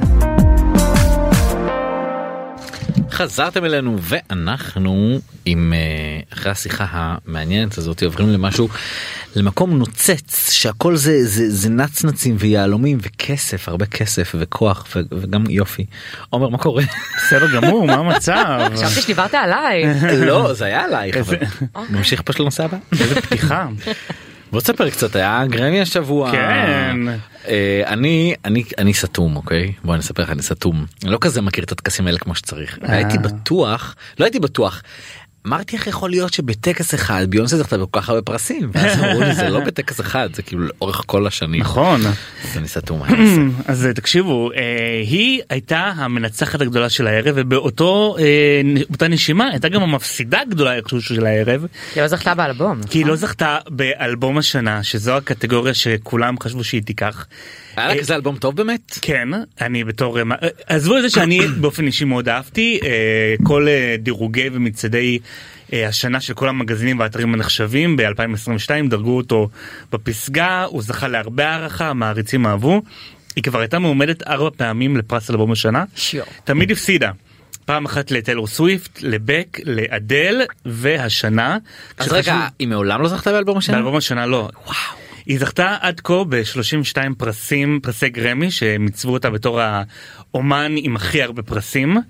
חזרתם אלינו ואנחנו עם אחרי השיחה המעניינת הזאת עוברים למקום נוצץ שהכל זה נצנצים ויעלומים וכסף, הרבה כסף וכוח וגם יופי. עומר, מה קורה? בסדר גמור, מה המצב? חשבתי שדיברת עליי. לא, זה היה עליי. נמשיך פשוט לנושא הבא. איזה פתיחה. בוא תספר קצת, היה גרמי השבוע. כן. אני סתום, אוקיי? בוא אני אספר לך, אני סתום. אני לא כזה מכיר את הטקסים האלה כמו שצריך. לא הייתי בטוח. אמרתי איך יכול להיות שבטקס אחד ביונסה זכתה בכל כך הרבה פרסים, ואז אמרו לי זה לא בטקס אחד, זה כאילו לאורך כל השנים. נכון. אז אני סתום. אז תקשיבו, היא הייתה המנצחת הגדולה של הערב, ובאותה נשימה הייתה גם המפסידה הגדולה של הערב. כי לא זכתה באלבום. כי היא לא זכתה באלבום השנה, שזו הקטגוריה שכולם חשבו שהיא תיקח. היה לה כזה אלבום טוב באמת? כן, אני בתור... עזבו את זה שאני באופן אישי מאוד אהבתי, כל דירוגי ומצעדי השנה של כל המגזינים והאתרים הנחשבים ב-2022 דרגו אותו בפסגה, הוא זכה להרבה הערכה, המעריצים אהבו. היא כבר הייתה מועמדת 4 פעמים לפרס אלבום השנה, תמיד הפסידה. פעם אחת לטיילור סוויפט, לבק, לאדל, והשנה... אז רגע, היא מעולם לא זכתה באלבום השנה? באלבום השנה לא. וואו. היא זכתה עד כה ב-32 פרסי גרמי, שמצוו אותה בתור האומן עם הכי הרבה פרסים.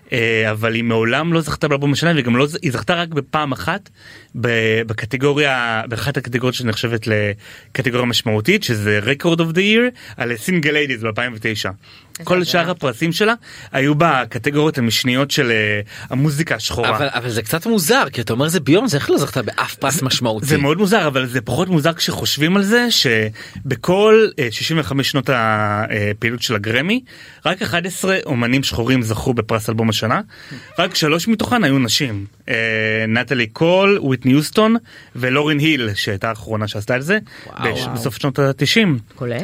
אבל היא מעולם לא זכתה באלבום השנה, וגם לא, היא זכתה רק בפעם אחת בקטגוריה, באחת הקטגוריות שנחשבת לקטגוריה משמעותית, שזה Record of the Year, על Single Ladies ב-2009. כל שאר הפרסים שלה היו בקטגוריות המשניות של המוזיקה השחורה. אבל זה קצת מוזר, כי אתה אומר זה ביום, זה איך לא זכתה באף פרס משמעותי. זה מאוד מוזר, אבל זה פחות מוזר כשחושבים על זה, שבכל 65 שנות הפעילות של הגרמי, רק 11 אומנים שחורים זכו בפרס אלבום השנה, רק 3 מתוכן היו נשים. נטלי קול, וויטני יוסטון ולורין היל, שהייתה האחרונה שעשתה את זה, בסוף שנות ה-90. קולט?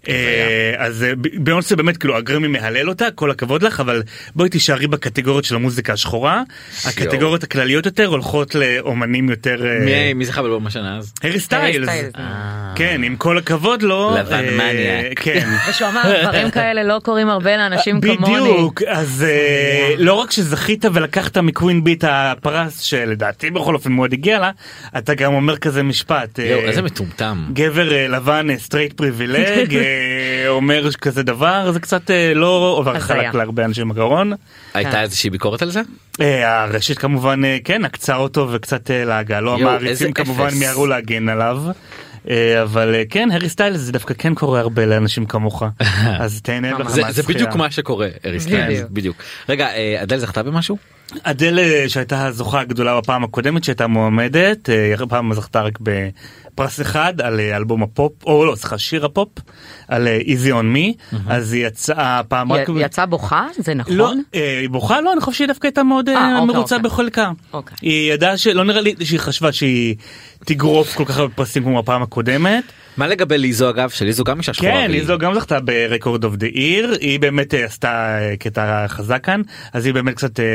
אז ביונסה באמת כאילו הגרמי מהלל אותה, כל הכבוד לך, אבל בואי תישארי בקטגוריות של המוזיקה השחורה. הקטגוריות הכלליות יותר הולכות לאומנים יותר. מי זכה באלבום השנה אז? הרי סטיילס. כן, עם כל הכבוד לו. לבן מניאק. כן. ושהוא אמר, דברים כאלה לא קורים הרבה לאנשים כמוני. בדיוק, אז לא רק שזכית ולקחת מקווין בי את הפרס שלדעתי בכל אופן מאוד הגיע לה, אתה גם אומר כזה משפט. איזה מטומטם. גבר לבן סטרייט פריבילג אומר כזה דבר, זה קצת לא עובר חלק להרבה אנשים בגרון. הייתה איזושהי ביקורת על זה? הרשת כמובן כן, עקצה אותו וקצת להגה, לא המעריצים כמובן מיהרו להגן עליו. אבל כן, הרי סטיילס זה דווקא כן קורה הרבה לאנשים כמוך, אז תהנה לך מהזכייה. זה בדיוק מה שקורה, הרי סטיילס, בדיוק. רגע, אדל זכתה במשהו? אדל שהייתה הזוכה הגדולה בפעם הקודמת שהייתה מועמדת, פעם זכתה רק בפרס אחד על אלבום הפופ, או לא, סליחה, שיר הפופ, על Easy on Me, אז היא יצאה פעם רק... יצאה בוכה? זה נכון? לא, היא בוכה? לא, אני חושב שהיא דווקא הייתה מאוד מרוצה בחלקה. היא ידעה שלא נראה לי שהיא חשבה שהיא תגרוף כל כך הרבה פרסים כמו הפעם הקודמת. מה לגבי ליזו אגב? שליזו גם אישה שחורה. כן, ליזו גם זכתה ב-Record of the Year, היא באמת עשתה קטע חזק כאן, אז היא באמת קצת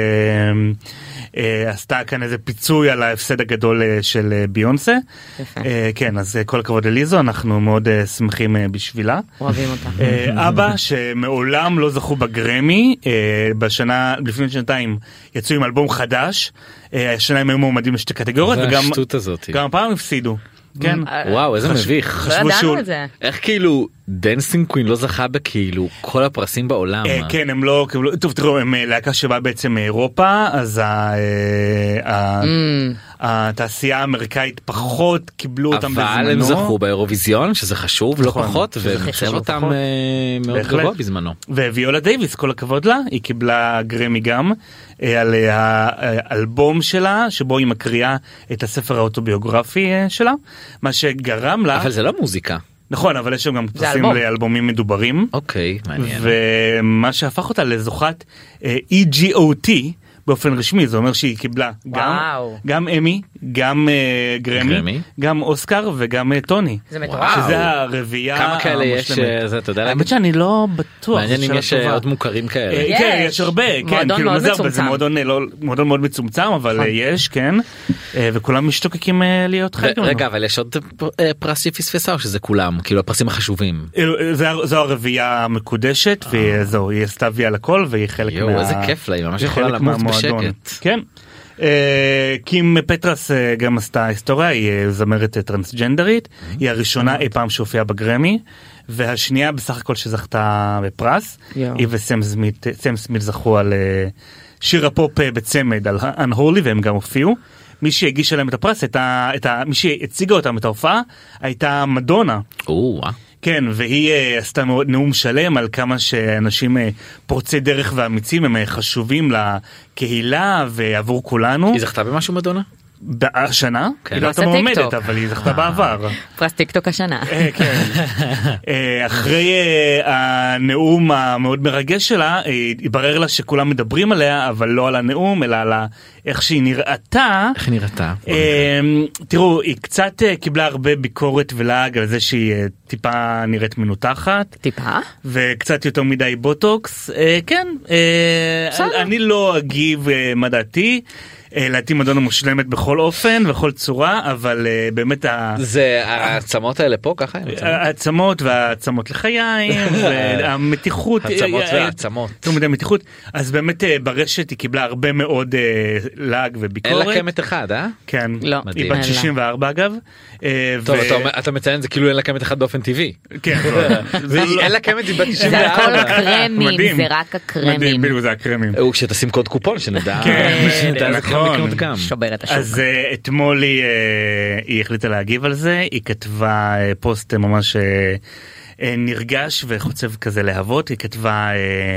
עשתה כאן איזה פיצוי על ההפסד הגדול של ביונסה. כן, אז כל הכבוד לליזו, אנחנו מאוד שמחים בשבילה. אוהבים אותה. אבא שמעולם לא זכו בגרמי, בשנה, לפני שנתיים יצאו עם אלבום חדש, השנה הם היו מועמדים לשתי קטגוריות, וגם הפעם הפסידו. כן. וואו, איזה מביך. לא ידענו את זה. איך כאילו דנסינג קווין לא זכה בכאילו כל הפרסים בעולם. כן, הם לא, טוב תראו, הם להקה שבאה בעצם מאירופה, אז התעשייה האמריקאית פחות קיבלו אותם בזמנו. אבל הם זכו באירוויזיון, שזה חשוב לא פחות, ומצב אותם מאוד גבוה בזמנו. וויולה דייביס, כל הכבוד לה, היא קיבלה גרמי גם על האלבום שלה, שבו היא מקריאה את הספר האוטוביוגרפי שלה, מה שגרם לה... אבל זה לא מוזיקה. נכון, אבל יש שם גם פרסים לאלבומים מדוברים. אוקיי, מעניין. ומה שהפך אותה לזוכת EGOT, באופן רשמי, זה אומר שהיא קיבלה גם אמי, גם גרמי, גם אוסקר וגם טוני. זה מטורף. שזה הרביעייה המושלמת. כמה כאלה יש, אתה יודע? האמת שאני לא בטוח. מעניין אם יש עוד מוכרים כאלה. כן, יש הרבה. מועדון מאוד מצומצם. זה מועדון מאוד מצומצם, אבל יש, כן. וכולם משתוקקים להיות חלק ממנו. רגע, אבל יש עוד פרס שפספסה או שזה כולם? כאילו הפרסים החשובים. זו הרביעייה המקודשת, וזהו, היא עשתה וי על הכל, והיא חלק מה... יואו, איזה כיף לה, היא ממש יכולה למות בשקט. כן. קים פטרס גם עשתה היסטוריה, היא זמרת טרנסג'נדרית, היא הראשונה אי פעם שהופיעה בגרמי, והשנייה בסך הכל שזכתה בפרס, היא וסם סמית זכו על שיר הפופ בצמד, על Unholy, והם גם הופיעו. מי שהגישה להם את הפרס, מי שהציגה אותם את ההופעה, הייתה מדונה. כן, והיא עשתה נאום שלם על כמה שאנשים פורצי דרך ואמיצים הם חשובים לקהילה ועבור כולנו. היא זכתה במשהו מדונה? השנה? היא לא הייתה מועמדת, אבל היא זכתה בעבר. פרס טיקטוק השנה. כן. אחרי הנאום המאוד מרגש שלה, התברר לה שכולם מדברים עליה, אבל לא על הנאום, אלא על איך שהיא נראתה. איך נראתה? תראו, היא קצת קיבלה הרבה ביקורת ולעג על זה שהיא טיפה נראית מנותחת. טיפה? וקצת יותר מדי בוטוקס. כן, אני לא אגיב מה דעתי. להתאים מדונה מושלמת בכל אופן וכל צורה, אבל באמת זה העצמות האלה פה ככה? העצמות והעצמות לחיים והמתיחות, העצמות והעצמות. תמיד מתיחות. אז באמת ברשת היא קיבלה הרבה מאוד לעג וביקורת. אין לה קמת אחד, אה? כן, לא. היא בת 64 אגב. טוב, אתה מציין זה כאילו אין לה קמת אחד באופן טבעי. כן, אין לה קמת, היא בת זה הכל 94. הקרמים, זה רק הקרמים. מדהים, בדיוק זה הקרמים. כשתשים קוד קופון שנדע. כן, נכון. לקנות גם. שובר את השוק. אז אתמול היא החליטה להגיב על זה, היא כתבה פוסט ממש נרגש וחוצב כזה להבות, היא כתבה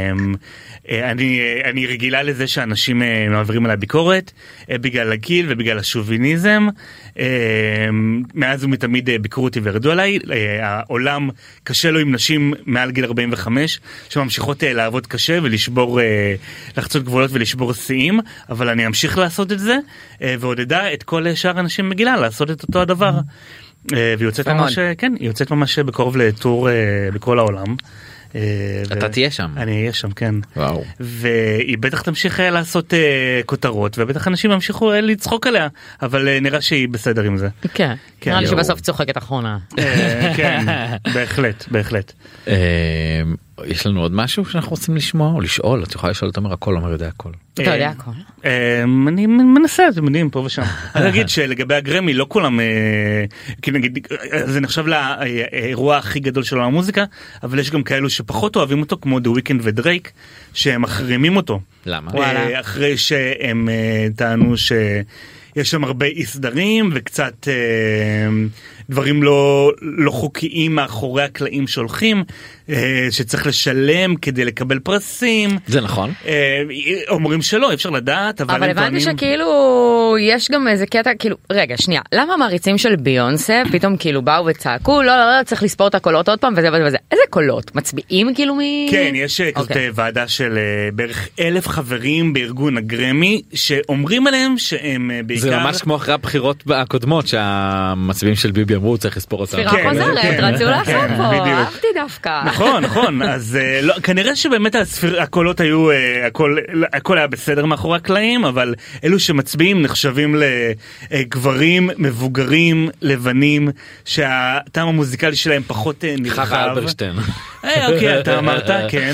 אני רגילה לזה שאנשים מעבירים עליי ביקורת בגלל הגיל ובגלל השוביניזם, מאז ומתמיד ביקרו אותי וירדו עליי, העולם קשה לו עם נשים מעל גיל 45 שממשיכות לעבוד קשה ולשבור, לחצות גבולות ולשבור שיאים, אבל אני אמשיך לעשות את זה, ועודדה את כל שאר האנשים בגילה לעשות את אותו הדבר. והיא יוצאת ממש, כן, היא יוצאת ממש בקרוב לטור בכל העולם. אתה תהיה שם. אני אהיה שם, כן. וואו. והיא בטח תמשיך לעשות כותרות, ובטח אנשים ימשיכו לצחוק עליה, אבל נראה שהיא בסדר עם זה. כן, נראה לי שבסוף צוחקת אחרונה. כן, בהחלט, בהחלט. יש לנו עוד משהו שאנחנו רוצים לשמוע או לשאול? את יכולה לשאול את אומר הכל, אומר יודע הכל. אתה יודע הכל. אני מנסה, אתם יודעים, פה ושם. אני אגיד שלגבי הגרמי לא כולם, כי נגיד, זה נחשב לאירוע הכי גדול של המוזיקה, אבל יש גם כאלו שפחות אוהבים אותו, כמו The Weeknd ודרייק, שהם מחרימים אותו. למה? אחרי שהם טענו שיש שם הרבה אי סדרים וקצת דברים לא חוקיים מאחורי הקלעים שהולכים, שצריך לשלם כדי לקבל פרסים. זה נכון. אומרים שלא, אפשר לדעת, אבל הבנתי שכאילו יש גם איזה קטע, כאילו, רגע, שנייה, למה המעריצים של ביונסה פתאום כאילו באו וצעקו, לא, צריך לספור את הקולות עוד פעם וזה וזה, איזה קולות? מצביעים כאילו כן, יש כזאת ועדה של בערך 1,000 חברים בארגון הגרמי, שאומרים עליהם שהם בעיקר... זה ממש כמו אחרי הבחירות הקודמות, שהמצביעים של ביבי אמרו, צריך לספור אותם. ספירה חוזרת, רצו לעשות פה, אהבתי דווקא. נכון, אז כנראה שבאמת הקולות היו, הכל היה בסדר מאחורי הקלעים, אבל אלו שמצביעים נחשבים לגברים מבוגרים לבנים שהטעם המוזיקלי שלהם פחות נרחב. חכה אלברשטיין. אוקיי, אתה אמרת, כן.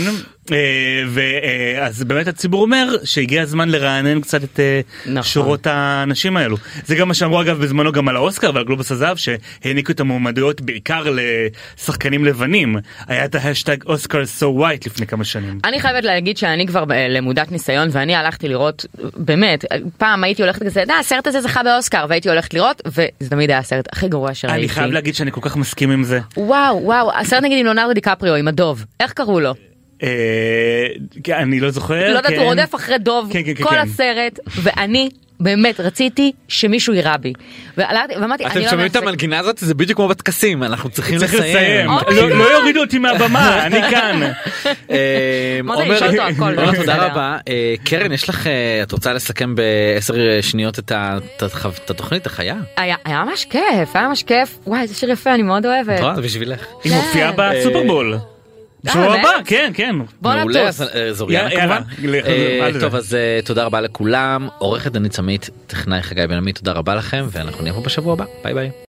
אז באמת הציבור אומר שהגיע הזמן לרענן קצת את שורות האנשים האלו. זה גם מה שאמרו אגב בזמנו גם על האוסקר ועל גלובוס הזהב, שהעניקו את המועמדויות בעיקר לשחקנים לבנים. היה את ההשטג אוסקר so white לפני כמה שנים. אני חייבת להגיד שאני כבר למודת ניסיון, ואני הלכתי לראות, באמת, פעם הייתי הולכת כזה, הסרט הזה זכה באוסקר, והייתי הולכת לראות, וזה תמיד היה הסרט הכי גרוע שראיתי. אני חייב להגיד שאני כל כך מסכים עם זה. וואו, הסרט נגיד עם ליאונרדו דיקפריו, עם הדוב, איך קראו לו? אני לא זוכר. לא יודעת, הוא רודף אחרי דוב כל הסרט, ואני באמת רציתי שמישהו יירה בי. ואמרתי, אתם שומעים את המנגינה הזאת? זה בדיוק כמו בטקסים, אנחנו צריכים לסיים. לא יורידו אותי מהבמה, אני כאן. עומר, תודה רבה. קרן, יש לך, את רוצה לסכם ב10 שניות את התוכנית, החיה? היה ממש כיף, וואי, איזה שיר יפה, אני מאוד אוהבת. זה בשבילך. היא מופיעה בסופרבול. שבוע הבא, כן. בוא נטוס. זוריה כמובן. טוב, אז תודה רבה לכולם. עורכת דנית סמית, טכנאי חגי בן עמית, תודה רבה לכם, ואנחנו נהיה פה בשבוע הבא. ביי ביי.